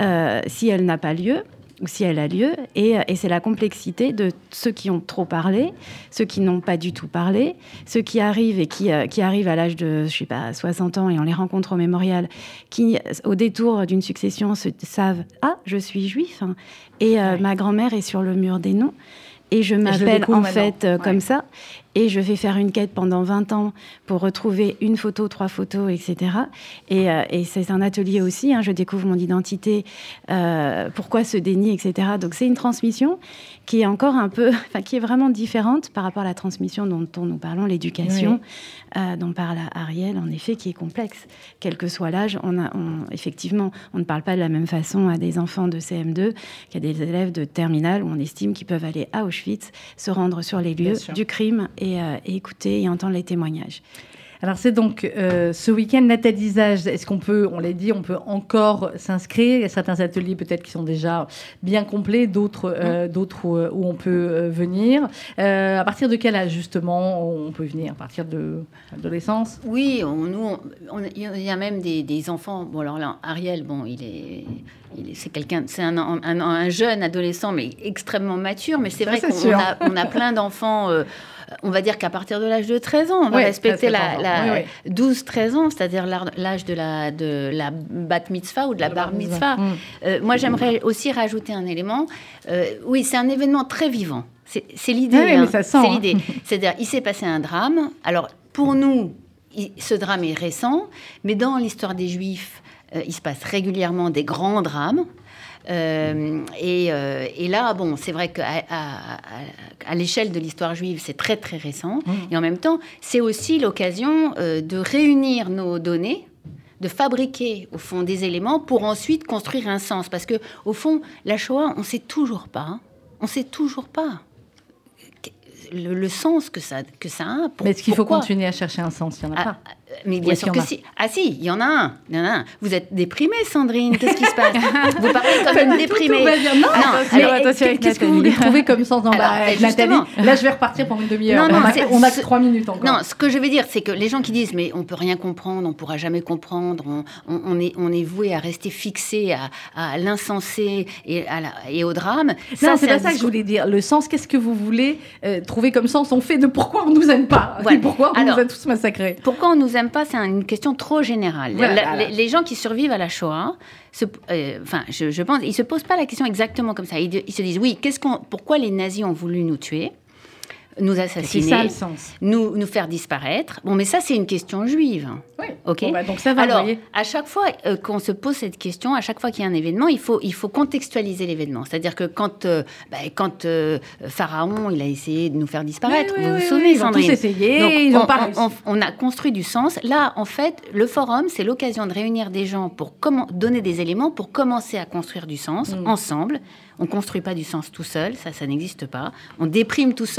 Si elle n'a pas lieu, ou si elle a lieu, et c'est la complexité de ceux qui ont trop parlé, ceux qui n'ont pas du tout parlé, ceux qui arrivent et qui arrivent à l'âge de, 60 ans, et on les rencontre au mémorial, qui, au détour d'une succession, savent « Ah, je suis juif, hein, et ma grand-mère est sur le mur des noms, et je m'appelle en fait comme ça, et je vais faire une quête pendant 20 ans pour retrouver une photo, 3 photos, etc. Et c'est un atelier aussi, hein, je découvre mon identité, pourquoi ce déni, etc. Donc c'est une transmission qui est encore qui est vraiment différente par rapport à la transmission dont nous parlons, l'éducation, dont parle Ariel, en effet, qui est complexe. Quel que soit l'âge, effectivement, on ne parle pas de la même façon à des enfants de CM2 qu'à des élèves de terminale, où on estime qu'ils peuvent aller à Auschwitz, se rendre sur les lieux du crime et écouter et entendre les témoignages. Alors c'est donc ce week-end Nathalie Zage, est-ce qu'on peut, on l'a dit, on peut encore s'inscrire? Il y a certains ateliers peut-être qui sont déjà bien complets, d'autres où on peut venir. À partir de quel âge justement on peut venir? À partir de l'adolescence? Oui, il y a même des enfants. Bon alors là, Ariel, c'est un jeune adolescent mais extrêmement mature. Mais c'est vrai qu'on a plein d'enfants. On va dire qu'à partir de l'âge de 13 ans, on va respecter 12-13 ans, c'est-à-dire l'âge de la bat mitzvah ou de la bar mitzvah. Moi, j'aimerais aussi rajouter un élément. Oui, c'est un événement très vivant. C'est l'idée. Mais ça sent, c'est l'idée. C'est-à-dire, il s'est passé un drame. Alors, pour nous, ce drame est récent, mais dans l'histoire des Juifs, il se passe régulièrement des grands drames. Et là, bon, c'est vrai qu'à l'échelle de l'histoire juive, c'est très, très récent. Et en même temps, c'est aussi l'occasion de réunir nos données, de fabriquer, au fond, des éléments pour ensuite construire un sens. Parce que, au fond, la Shoah, on ne sait toujours pas. Hein. On ne sait toujours pas le sens que ça a. Mais est-ce qu'il faut continuer à chercher un sens? Il n'y en a pas. Mais bien sûr que si. Ah si, il y en a un. Vous êtes déprimée, Sandrine. Qu'est-ce qui se passe? Vous parlez comme une déprimée. Qu'est-ce que vous voulez trouver comme sens dans Nathalie? Là, je vais repartir pendant une demi-heure. On a que 3 minutes encore. Non, ce que je veux dire, c'est que les gens qui disent mais on peut rien comprendre, on pourra jamais comprendre, on est voué à rester fixé à l'insensé et au drame. Non, c'est pas ça que je voulais dire. Le sens, qu'est-ce que vous voulez trouver comme sens? On fait de pourquoi on nous aime pas, et pourquoi on nous a tous massacrés. Pourquoi on nous aime pas, c'est une question trop générale. Les gens qui survivent à la Shoah, je pense, ils se posent pas la question exactement comme ça. Ils se disent oui, pourquoi les nazis ont voulu nous tuer, nous assassiner, c'est ça le sens. nous faire disparaître. Bon, mais ça c'est une question juive. Oui. Ok. Bon, donc ça va. Alors, voyez. à chaque fois qu'on se pose cette question, à chaque fois qu'il y a un événement, il faut contextualiser l'événement. C'est-à-dire que quand Pharaon, il a essayé de nous faire disparaître, vous vous souvenez, Sandrine? Ils ont tous essayé, donc, ils n'ont pas réussi. On a construit du sens. Là, en fait, le forum, c'est l'occasion de réunir des gens pour donner des éléments pour commencer à construire du sens ensemble. On ne construit pas du sens tout seul, ça n'existe pas. On déprime tout seul et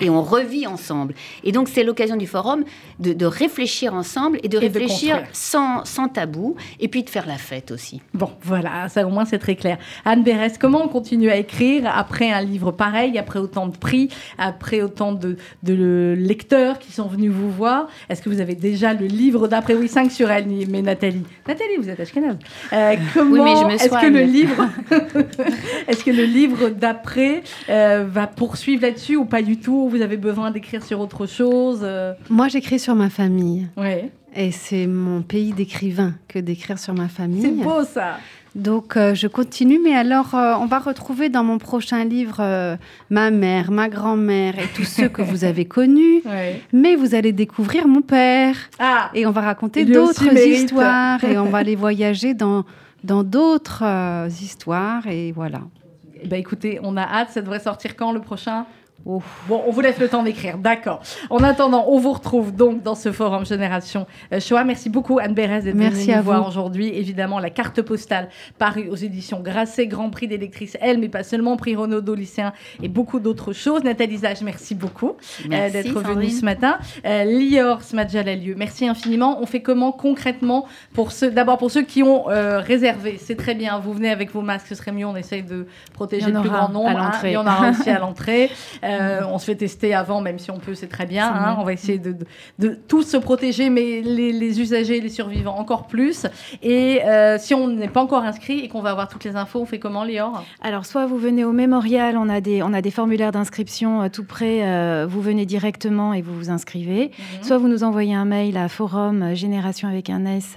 et on revit ensemble. Et donc, c'est l'occasion du forum de réfléchir ensemble et de réfléchir sans tabou, et puis de faire la fête aussi. Bon, voilà, ça au moins c'est très clair. Anne Berès, comment on continue à écrire après un livre pareil, après autant de prix, après autant de lecteurs qui sont venus vous voir? Est-ce que vous avez déjà le livre d'après? Oui, 5 sur elle, mais Nathalie, vous êtes ashkénaze. Comment oui, mais je me est-ce que le livre d'après va poursuivre là-dessus ou pas du tout? Vous avez besoin d'écrire sur autre chose? Moi, j'écris sur ma famille. Ouais. Et c'est mon pays d'écrivain que d'écrire sur ma famille. C'est beau, ça. Donc, je continue. Mais alors, on va retrouver dans mon prochain livre ma mère, ma grand-mère et tous ceux que vous avez connus. Ouais. Mais vous allez découvrir mon père. Ah, et on va raconter d'autres histoires. Et on va aller voyager dans d'autres histoires. Et voilà. Bah, écoutez, on a hâte. Ça devrait sortir quand, le prochain? Bon, on vous laisse le temps d'écrire, d'accord. En attendant, on vous retrouve donc dans ce forum Génération Shoah. Merci beaucoup Anne Berès d'être venue nous voir aujourd'hui. Évidemment, la carte postale parue aux éditions Grasset, Grand Prix des lectrices, elle, mais pas seulement, Prix Renaudot lycéen et beaucoup d'autres choses. Nathalie Zage, merci beaucoup d'être venue ce matin. Lior Smadjalalieu, merci infiniment. On fait comment concrètement d'abord pour ceux qui ont réservé? C'est très bien, vous venez avec vos masques, ce serait mieux, on essaye de protéger le plus grand nombre. Il y en aura aussi à l'entrée. On se fait tester avant, même si on peut, c'est très bien. On va essayer de tous se protéger, mais les usagers, les survivants encore plus. Et si on n'est pas encore inscrit et qu'on va avoir toutes les infos, on fait comment, Lior? Alors, soit vous venez au mémorial, on a des formulaires d'inscription tout près, vous venez directement et vous vous inscrivez. Soit vous nous envoyez un mail à forum génération avec un S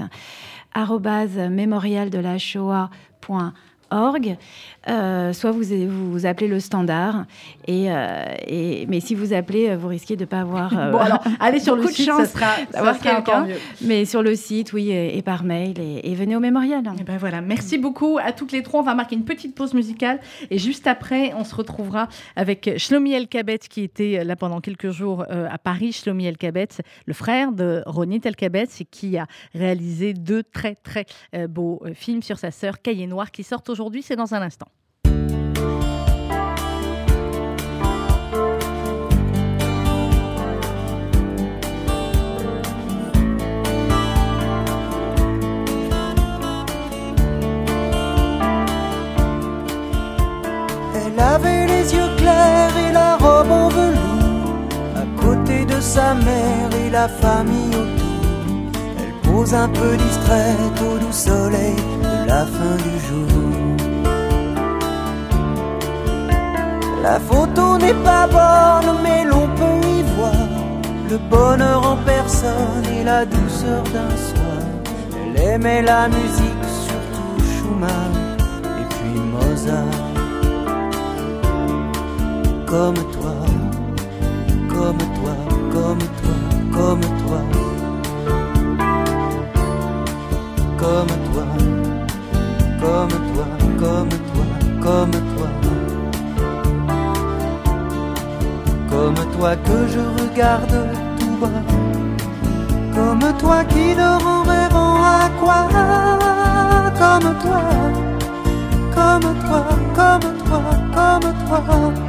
@memorialdelashoah.org. Soit vous appelez le standard, mais si vous appelez, vous risquez de ne pas avoir bon, alors, allez sur le site, ça sera encore mieux. Mais sur le site, oui, et par mail, et venez au mémorial. Et ben voilà, merci beaucoup à toutes les trois. On va marquer une petite pause musicale, et juste après, on se retrouvera avec Shlomi El-Kabetz, qui était là pendant quelques jours à Paris. Shlomi El-Kabetz, le frère de Ronit El-Kabetz, qui a réalisé 2 très, très beaux films sur sa sœur, Cahier Noir, qui sortent aujourd'hui. C'est dans un instant. Elle avait les yeux clairs et la robe en velours, à côté de sa mère et la famille autour. Elle pose un peu distraite au doux soleil de la fin du jour. La photo n'est pas bonne, mais l'on peut y voir le bonheur en personne et la douceur d'un soir. Elle aimait la musique, surtout Schumann et puis Mozart. Comme toi, comme toi, comme toi, comme toi, comme toi, comme toi, comme toi, comme toi. Comme toi que je regarde tout bas, comme toi qui dort en rêvant à quoi? Comme toi, comme toi, comme toi, comme toi.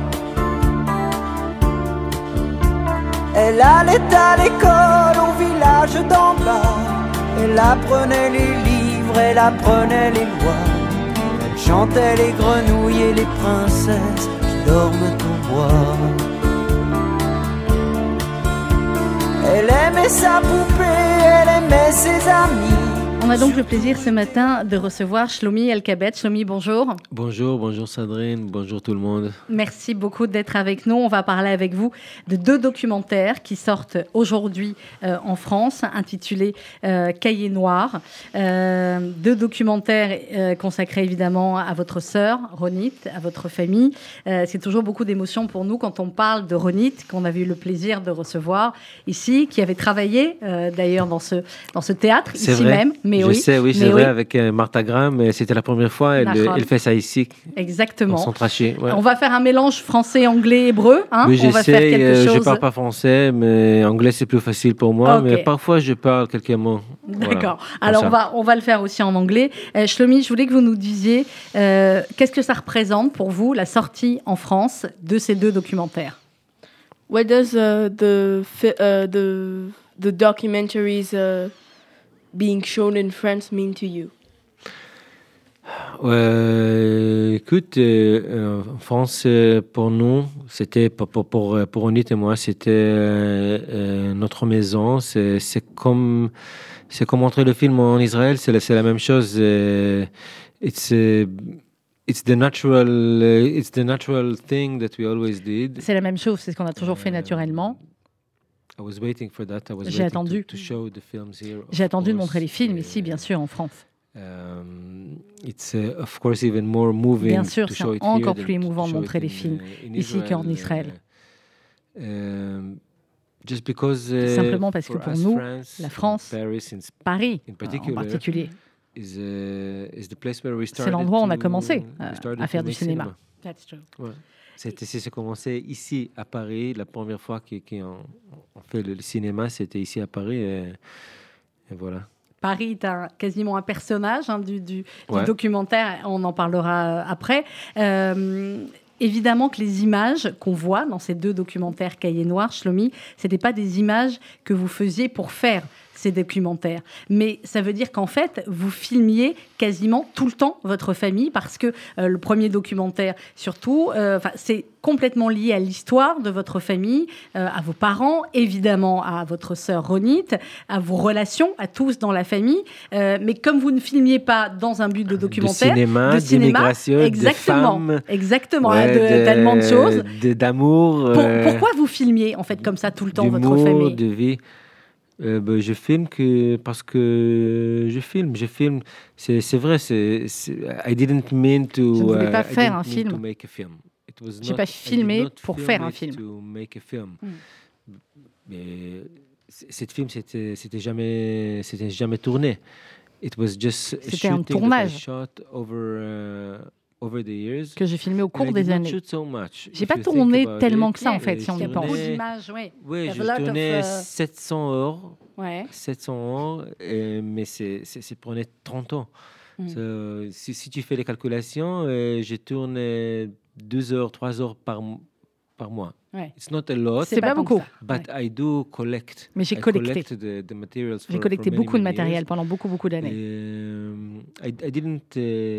Elle allait à l'école au village d'en bas. Elle apprenait les livres, elle apprenait les lois. Elle chantait les grenouilles et les princesses qui dorment au bois. Elle aimait sa poupée, elle aimait ses amis. On a donc le plaisir ce matin de recevoir Shlomi El-Kabetz. Shlomi, bonjour. Bonjour Sandrine, bonjour tout le monde. Merci beaucoup d'être avec nous. On va parler avec vous de 2 documentaires qui sortent aujourd'hui en France, intitulés Cahier Noir. 2 documentaires consacrés évidemment à votre sœur, Ronit, à votre famille. C'est toujours beaucoup d'émotions pour nous quand on parle de Ronit, qu'on avait eu le plaisir de recevoir ici, qui avait travaillé d'ailleurs dans ce théâtre, c'est ici vrai. Même. Mais c'est vrai, avec Martha Graham, c'était la première fois, elle fait ça ici. Exactement. Son traché, ouais. On va faire un mélange français, anglais, hébreu. Oui, on va faire quelque chose. Je ne parle pas français, mais anglais c'est plus facile pour moi, okay. Mais parfois je parle quelques mots. D'accord. Voilà, alors on va le faire aussi en anglais. Shlomi, je voulais que vous nous disiez qu'est-ce que ça représente pour vous, la sortie en France de ces 2 documentaires? What does the documentaries being shown in France mean to you? Écoute, en France, pour nous, c'était pour Ronit et moi, c'était notre maison. C'est comme montrer le film en Israël, c'est la même chose. It's the natural thing that we always did. C'est la même chose, c'est ce qu'on a toujours fait naturellement. I was waiting for that. J'ai attendu. To show the films here. J'ai attendu de montrer les films ici, bien sûr, en France. It's of course even more moving. Bien sûr, c'est encore plus émouvant de montrer les films ici qu'en Israël. Just because, simplement parce que pour nous, la France, Paris en particulier, c'est l'endroit où on a commencé à faire du cinéma. That's true. Ouais. C'est commencé ici à Paris. La première fois qu'on fait le cinéma, c'était ici à Paris. Et voilà. Paris est quasiment un personnage du documentaire. On en parlera après. Évidemment que les images qu'on voit dans ces 2 documentaires Cahiers Noirs, Shlomi, ce n'étaient pas des images que vous faisiez pour faire ces documentaires. Mais ça veut dire qu'en fait, vous filmiez quasiment tout le temps votre famille parce que le premier documentaire, surtout, c'est complètement lié à l'histoire de votre famille, à vos parents, évidemment à votre sœur Ronit, à vos relations, à tous dans la famille. Mais comme vous ne filmiez pas dans un but de documentaire, de cinéma, exactement, de femmes, exactement, tellement de choses. D'amour. Pourquoi vous filmiez en fait comme ça tout le temps votre famille? De vie. Je filme parce que je filme. C'est vrai. I didn't mean to. Je ne voulais pas faire un film. Je n'ai pas filmé pour faire un film. Mais cette film, c'était jamais tourné. C'était un tournage que j'ai filmé au cours des années. J'ai pas tourné tellement que ça en fait, si on y pense. Beaucoup d'images, oui. Oui, j'ai tourné 700 heures. Ouais. 700 heures, mais c'est prenait 30 ans. Si tu fais les calculations, j'ai tourné 2 heures, 3 heures par mois. Ouais. It's not a lot. C'est pas beaucoup. But I do collect. Mais j'ai collecté. J'ai collecté beaucoup de matériel pendant beaucoup d'années. I didn't.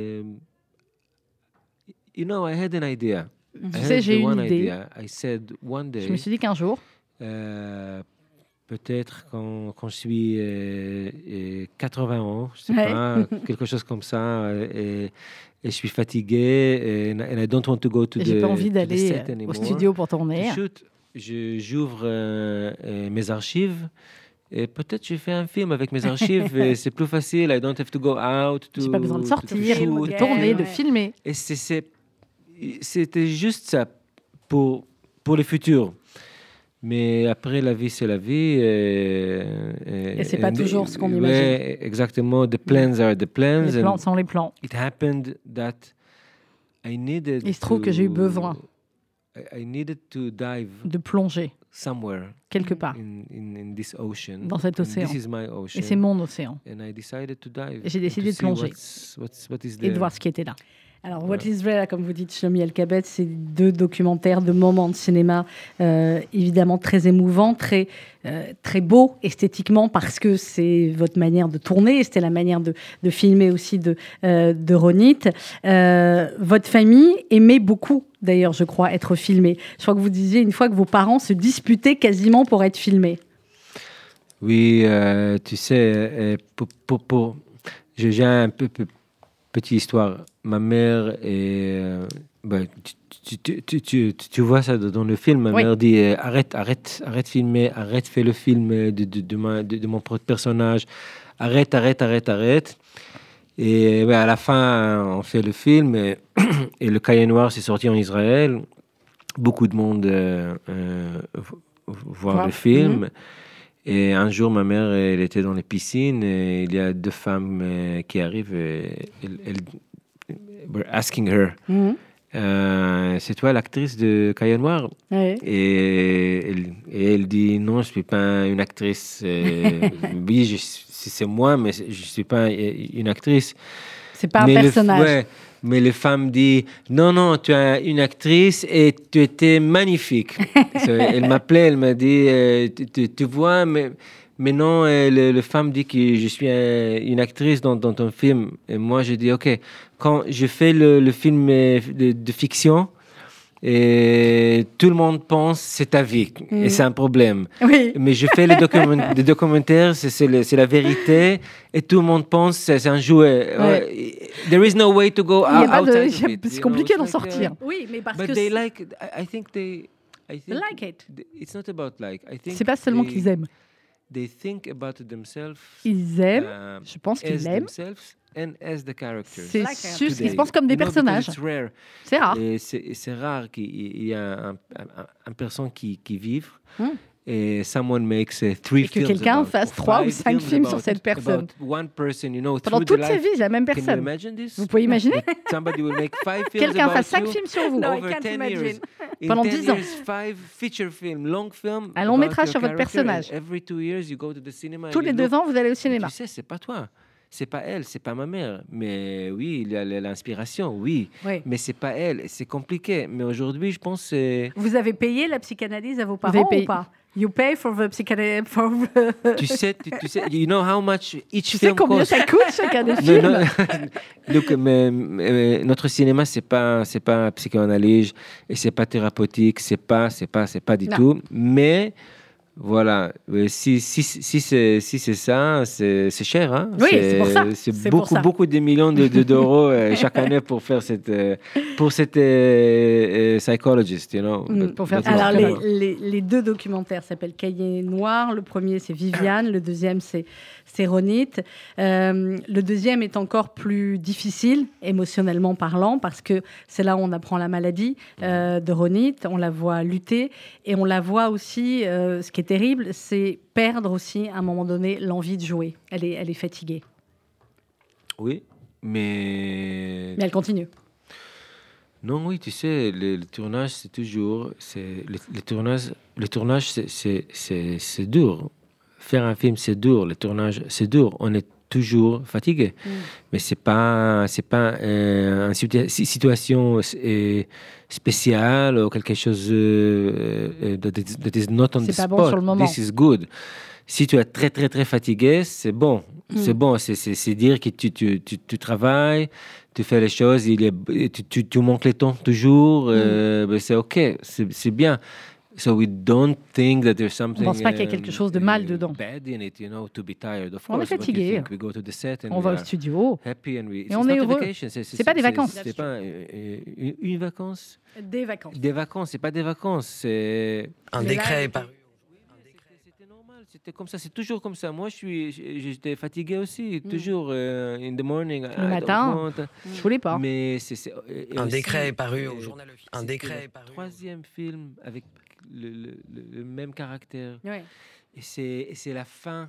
You know, I had an idea. Tu sais, j'ai eu une idée. I said one day. Je me suis dit qu'un jour. Peut-être quand je suis 80 ans, je sais pas, quelque chose comme ça, et je suis fatigué, and I don't want to go to the set anymore. J'ai pas envie d'aller au studio pour tourner. J'ouvre mes archives. Et peut-être je fais un film avec mes archives et c'est plus facile. I don't have to go out. J'ai pas besoin de sortir, de tourner, de filmer. Et c'était juste ça pour le futur. Mais après, la vie, c'est la vie. Et c'est pas toujours ce qu'on imagine. Ouais, exactement. The plans are the plans. Les plans sont les plans. It happened that I needed. Il se trouve que j'ai eu besoin. I needed to dive. De plonger. Somewhere. Quelque part. In this ocean. Dans cet océan. This is my ocean. Et c'est mon océan. And I decided to dive. Et j'ai décidé de plonger. Et de voir ce qui était là. Alors, What is There, comme vous dites, Shlomi El-Kabet, c'est 2 documentaires, 2 moments de cinéma évidemment très émouvants, très beaux esthétiquement parce que c'est votre manière de tourner et c'était la manière de filmer aussi de Ronit. Votre famille aimait beaucoup, d'ailleurs, je crois, être filmée. Je crois que vous disiez une fois que vos parents se disputaient quasiment pour être filmés. Oui, tu sais, j'ai un peu... Petite histoire. Ma mère est... tu vois ça dans le film. Ma mère dit arrête filmer, fais le film de mon personnage. Arrête. Et à la fin, on fait le film et le Cahier Noir s'est sorti en Israël. Beaucoup de monde voit le film. Et un jour, ma mère, elle était dans les piscines et il y a 2 femmes qui arrivent et elles were asking her, c'est toi l'actrice de Cahiers Noirs? Et elle dit non, je ne suis pas une actrice. Oui, c'est moi, mais je ne suis pas une actrice. C'est pas un personnage. Mais les femmes disent non, tu es une actrice et tu étais magnifique. Elle m'appelait, elle m'a dit tu vois, mais non, les femmes disent que je suis une actrice dans ton film. Et moi, je dis ok, quand je fais le film de fiction, et tout le monde pense c'est ta vie et c'est un problème. Oui. Mais je fais des documentaires, c'est la vérité et tout le monde pense c'est un jouet. There is no way to go outside of it. C'est compliqué d'en sortir. Oui, mais parce But que they like. I think they like it. It's not about like. I think C'est pas seulement qu'ils aiment. They think about themselves. Ils aiment. Je pense qu'ils aiment. And as the characters. C'est juste qu'ils se pensent comme des personnages. C'est rare. Et c'est rare qu'il y a un personne qui vive et someone makes three films. Et que quelqu'un fasse 3 ou 5 films sur cette personne. One person, pendant toute sa vie, la même personne. Vous pouvez imaginer? Quelqu'un fasse 5 films sur vous. Pendant 10 ans. 5 feature films, long films. Un long métrage sur votre personnage. Tous les 2 ans, vous allez au cinéma. Tu sais, c'est pas toi. C'est pas elle, c'est pas ma mère. Mais oui, il y a l'inspiration, oui. Mais c'est pas elle, c'est compliqué. Mais aujourd'hui, je pense que Vous avez payé la psychanalyse à vos parents ou pas? You pay for the psychanalyse. Tu sais, you know how much each tu film sais combien cost. ça coûte chacun des films? Look, notre cinéma, c'est pas psychanalyse et c'est pas thérapeutique, c'est pas du tout. Mais voilà, si c'est ça, c'est cher, hein. Oui, c'est pour ça. C'est beaucoup de millions d'euros chaque année pour faire cette psychologist, you know. Pour faire alors les 2 documentaires s'appellent Cahier Noir. Le premier c'est Viviane, le deuxième c'est Ronit. Le deuxième est encore plus difficile émotionnellement parlant parce que c'est là où on apprend la maladie de Ronit. On la voit lutter et on la voit aussi. Ce qui est terrible, c'est perdre aussi à un moment donné l'envie de jouer. Elle est fatiguée. Oui, mais elle continue. Non, oui, tu sais, le tournage, c'est toujours... Le tournage, c'est dur. Faire un film, c'est dur. Le tournage, c'est dur. On est toujours fatigué. Mais c'est pas une situation spéciale ou quelque chose that is not on the spot. C'est pas bon sur le moment. This is good. Si tu es très, très, très fatigué, c'est bon. C'est bon. C'est dire que tu travailles, tu fais les choses, tu manques le temps toujours. C'est OK, c'est bien. So we don't think that there's something. On pense pas qu'il y a quelque chose de mal dedans. Bad in it, you know, to be tired. Of on est fatigué. We go to the set and on va au studio. Happy and et on est heureux. C'est pas des vacances. C'est pas une vacance. Des vacances. Des vacances, c'est pas des vacances. C'est un décret est paru. C'était normal, c'était comme ça, c'est toujours comme ça. Moi, j'étais fatigué aussi, toujours in the morning. Le matin, je voulais pas. Mais un décret est paru au journal officiel. Un décret est paru. Troisième film avec le même caractère. Ouais. Et c'est la fin.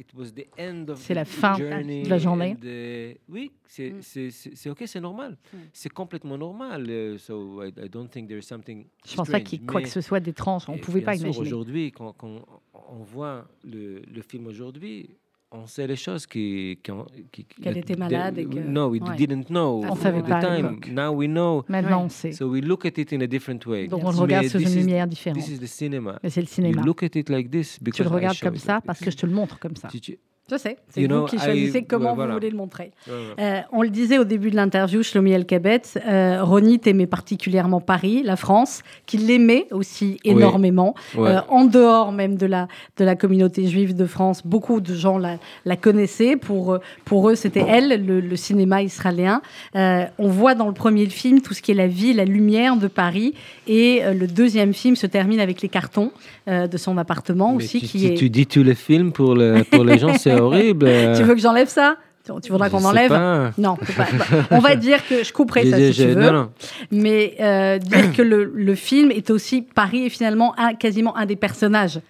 C'est la fin de la journée. Oui, c'est OK, c'est normal. C'est complètement normal. So I don't think there's something Je ne pense pas qu'il y ait quoi que ce soit d'étrange. On ne pouvait pas imaginer. Aujourd'hui, quand on voit le film aujourd'hui, on sait les choses qu'elle était malade et que... No, we didn't know. On ne savait pas à l'époque. Now we know. Maintenant, on sait. So we look at it in a different way. Donc on le regarde sous une lumière différente. This is the cinema. Mais c'est le cinéma. You look at it like this because tu le regardes comme ça parce que je te le montre comme ça. Je sais, c'est vous qui choisissez comment vous voulez le montrer. Ouais. On le disait au début de l'interview, Shlomi El-Kabetz, Ronit aimait particulièrement Paris, la France, qu'il l'aimait aussi énormément. Ouais. En dehors même de la communauté juive de France, beaucoup de gens la connaissaient. Pour eux, c'était elle, le cinéma israélien. On voit dans le premier film tout ce qui est la vie, la lumière de Paris. Et le deuxième film se termine avec les cartons de son appartement. Mais aussi. Tu dis tous les films pour les gens, c'est horrible. Tu veux que j'enlève ça? Tu voudras qu'on enlève? Non, on va dire que je couperai ça si tu veux. Non. Mais dire que le film est aussi, Paris est finalement quasiment un des personnages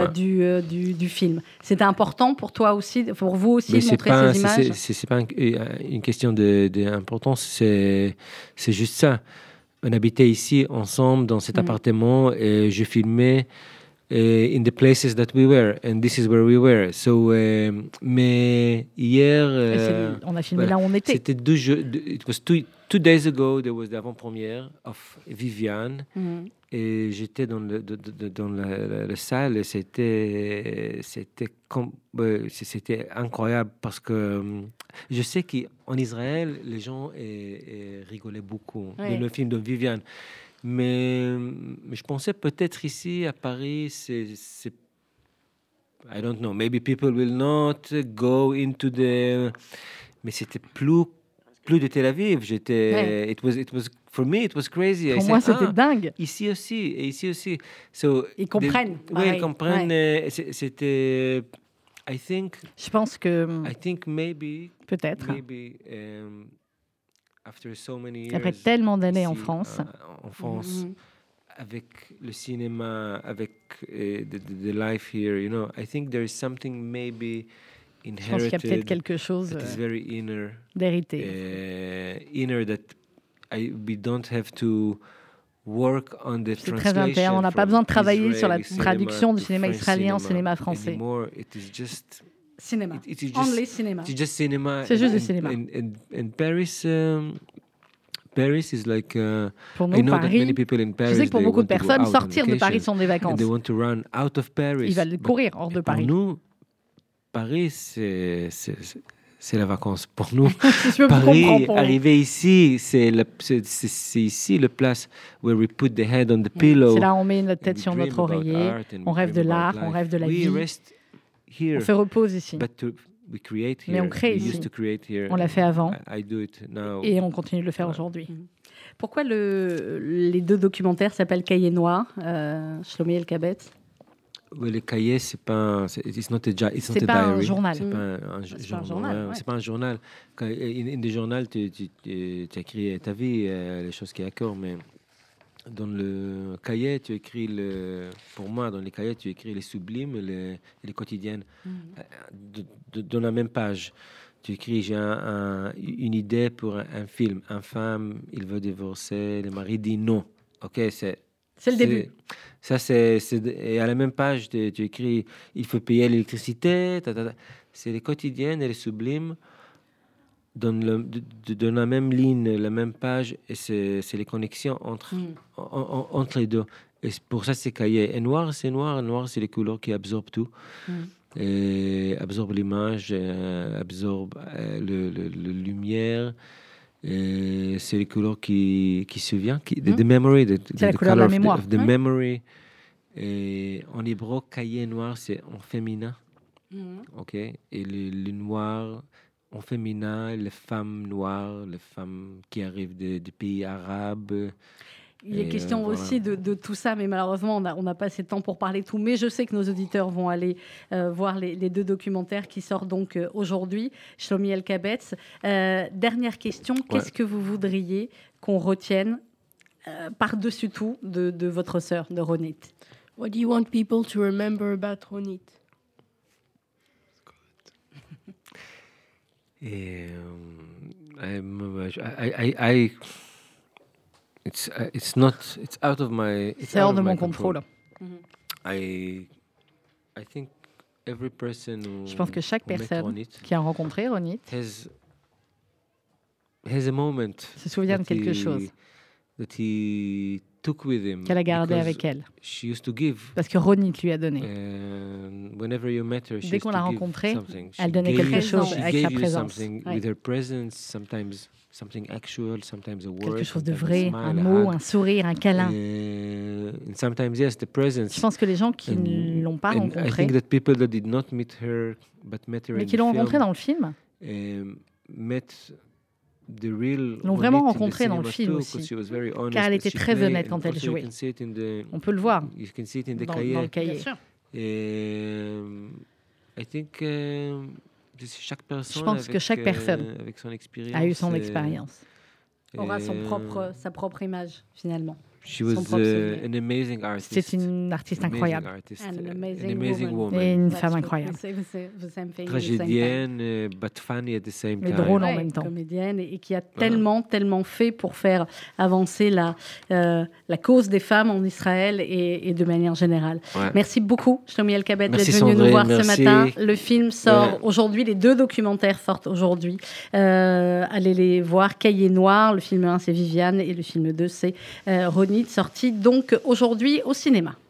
du film. C'était important pour toi aussi, pour vous aussi, de montrer ces images? C'est pas une question d'importance, c'est juste ça. On habitait ici ensemble dans cet appartement et je filmais in the places that we were, and this is where we were. So, mais hier, on a filmé là où on était. C'était it was two days ago. There was l'avant-première of Viviane, et j'étais dans la salle. Et c'était incroyable parce que je sais qu'en Israël, les gens rigolaient beaucoup de le film de Viviane. Mais je pensais peut-être ici à Paris, c'est I don't know. Maybe people will not go into the. Mais c'était plus de Tel Aviv. It was for me it was crazy. Pour moi c'était dingue. Ici aussi et ici aussi. So ils comprennent. Oui, ils comprennent. C'était. I think. Je pense que. I think maybe. Peut-être. Maybe. Après tellement d'années en France, avec le cinéma, avec the life here, I think there is something maybe inherited. Je pense qu'il y a peut-être quelque chose d'hérité. Inner that we don't have to work on the translation. C'est très interne. On n'a pas besoin de travailler sur la traduction du cinéma israélien au cinéma français. It is just cinéma. Only cinéma. It's just cinema. C'est juste du cinéma. And Paris, Paris is like. Pour nous, I know Paris. That many people in Paris, je sais que pour beaucoup de personnes, sortir de Paris sont des vacances. And they want to run out of Paris. Ils veulent courir hors de Paris. Pour nous, Paris, c'est la vacance. Pour nous, Paris, arriver ici, c'est ici la place where we put the head on the pillow. C'est là où on met notre tête sur notre oreiller. On rêve de l'art, on rêve de la vie. Here, on se repose ici. Mais on crée ici. On l'a fait avant. Et on continue de le faire aujourd'hui. Pourquoi les deux documentaires s'appellent Cahiers noirs, Shlomi El-Kabetz? Le cahier, c'est pas un journal. C'est pas un journal. In des journal, tu écris ta vie, les choses qui occurrent, mais dans le cahier, tu écris pour moi, dans les cahiers, tu écris les sublimes et les quotidiennes. Dans la même page, tu écris j'ai une idée pour un film. Une femme, il veut divorcer, le mari dit non. Ok, c'est le début. Ça, et à la même page, tu écris il faut payer l'électricité. C'est les quotidiennes et les sublimes. Dans la même ligne, la même page, et c'est les connexions entre les deux. Et pour ça, c'est cahier. Et noir, c'est les couleurs qui absorbent tout. Et absorbent l'image, absorbent la lumière. Et c'est les couleurs qui se souviennent, the memory, c'est la couleur de la mémoire. The memory. Et en hébreu, cahier noir, c'est en féminin. Ok. Et le noir. En féminin, les femmes noires, les femmes qui arrivent des pays arabes. Il est question aussi de tout ça, mais malheureusement, on n'a pas assez de temps pour parler de tout. Mais je sais que nos auditeurs vont aller voir les deux documentaires qui sortent donc aujourd'hui, Shlomi El-Kabetz. Dernière question, qu'est-ce que vous voudriez qu'on retienne par-dessus tout de votre sœur, de Ronit? What do you want people to remember about Ronit? It's out of my. C'est hors de mon contrôle. I think every person. Je pense que chaque personne qui a rencontré Ronit has a moment. Se souvient de quelque chose. That he took with him. Qu'elle a gardé avec elle. She used to give. Parce que Ronit lui a donné. Whenever you met her, dès qu'on l'a rencontrée, elle donnait quelque chose avec sa présence. With her presence, something actual, sometimes a word, quelque chose de vrai, un mot, un sourire, un câlin. And sometimes, yes, the presence. Je pense que les gens qui ne l'ont pas rencontrée, I think that people that did not meet her, but met her mais qui l'ont rencontrée dans le film, l'ont vraiment rencontrée dans le film aussi, car elle était très honnête quand elle jouait. On peut le voir dans le cahier. I think chaque personne, je pense que chaque personne avec son expérience, a eu son expérience, aura sa propre image finalement. She was an amazing artist. C'est une artiste incroyable. An amazing woman. Et une femme incroyable. Tragédienne, but funny at the same time. Mais drôle en même temps. Comédienne et qui a tellement fait pour faire avancer la cause des femmes en Israël et de manière générale. Ouais. Merci beaucoup, Shlomi El-Kabed, d'être venu nous voir ce matin. Le film sort aujourd'hui, les 2 documentaires sortent aujourd'hui. Allez les voir, Cahier Noir, le film 1 c'est Viviane et le film 2 c'est Ronit, sorti donc aujourd'hui au cinéma.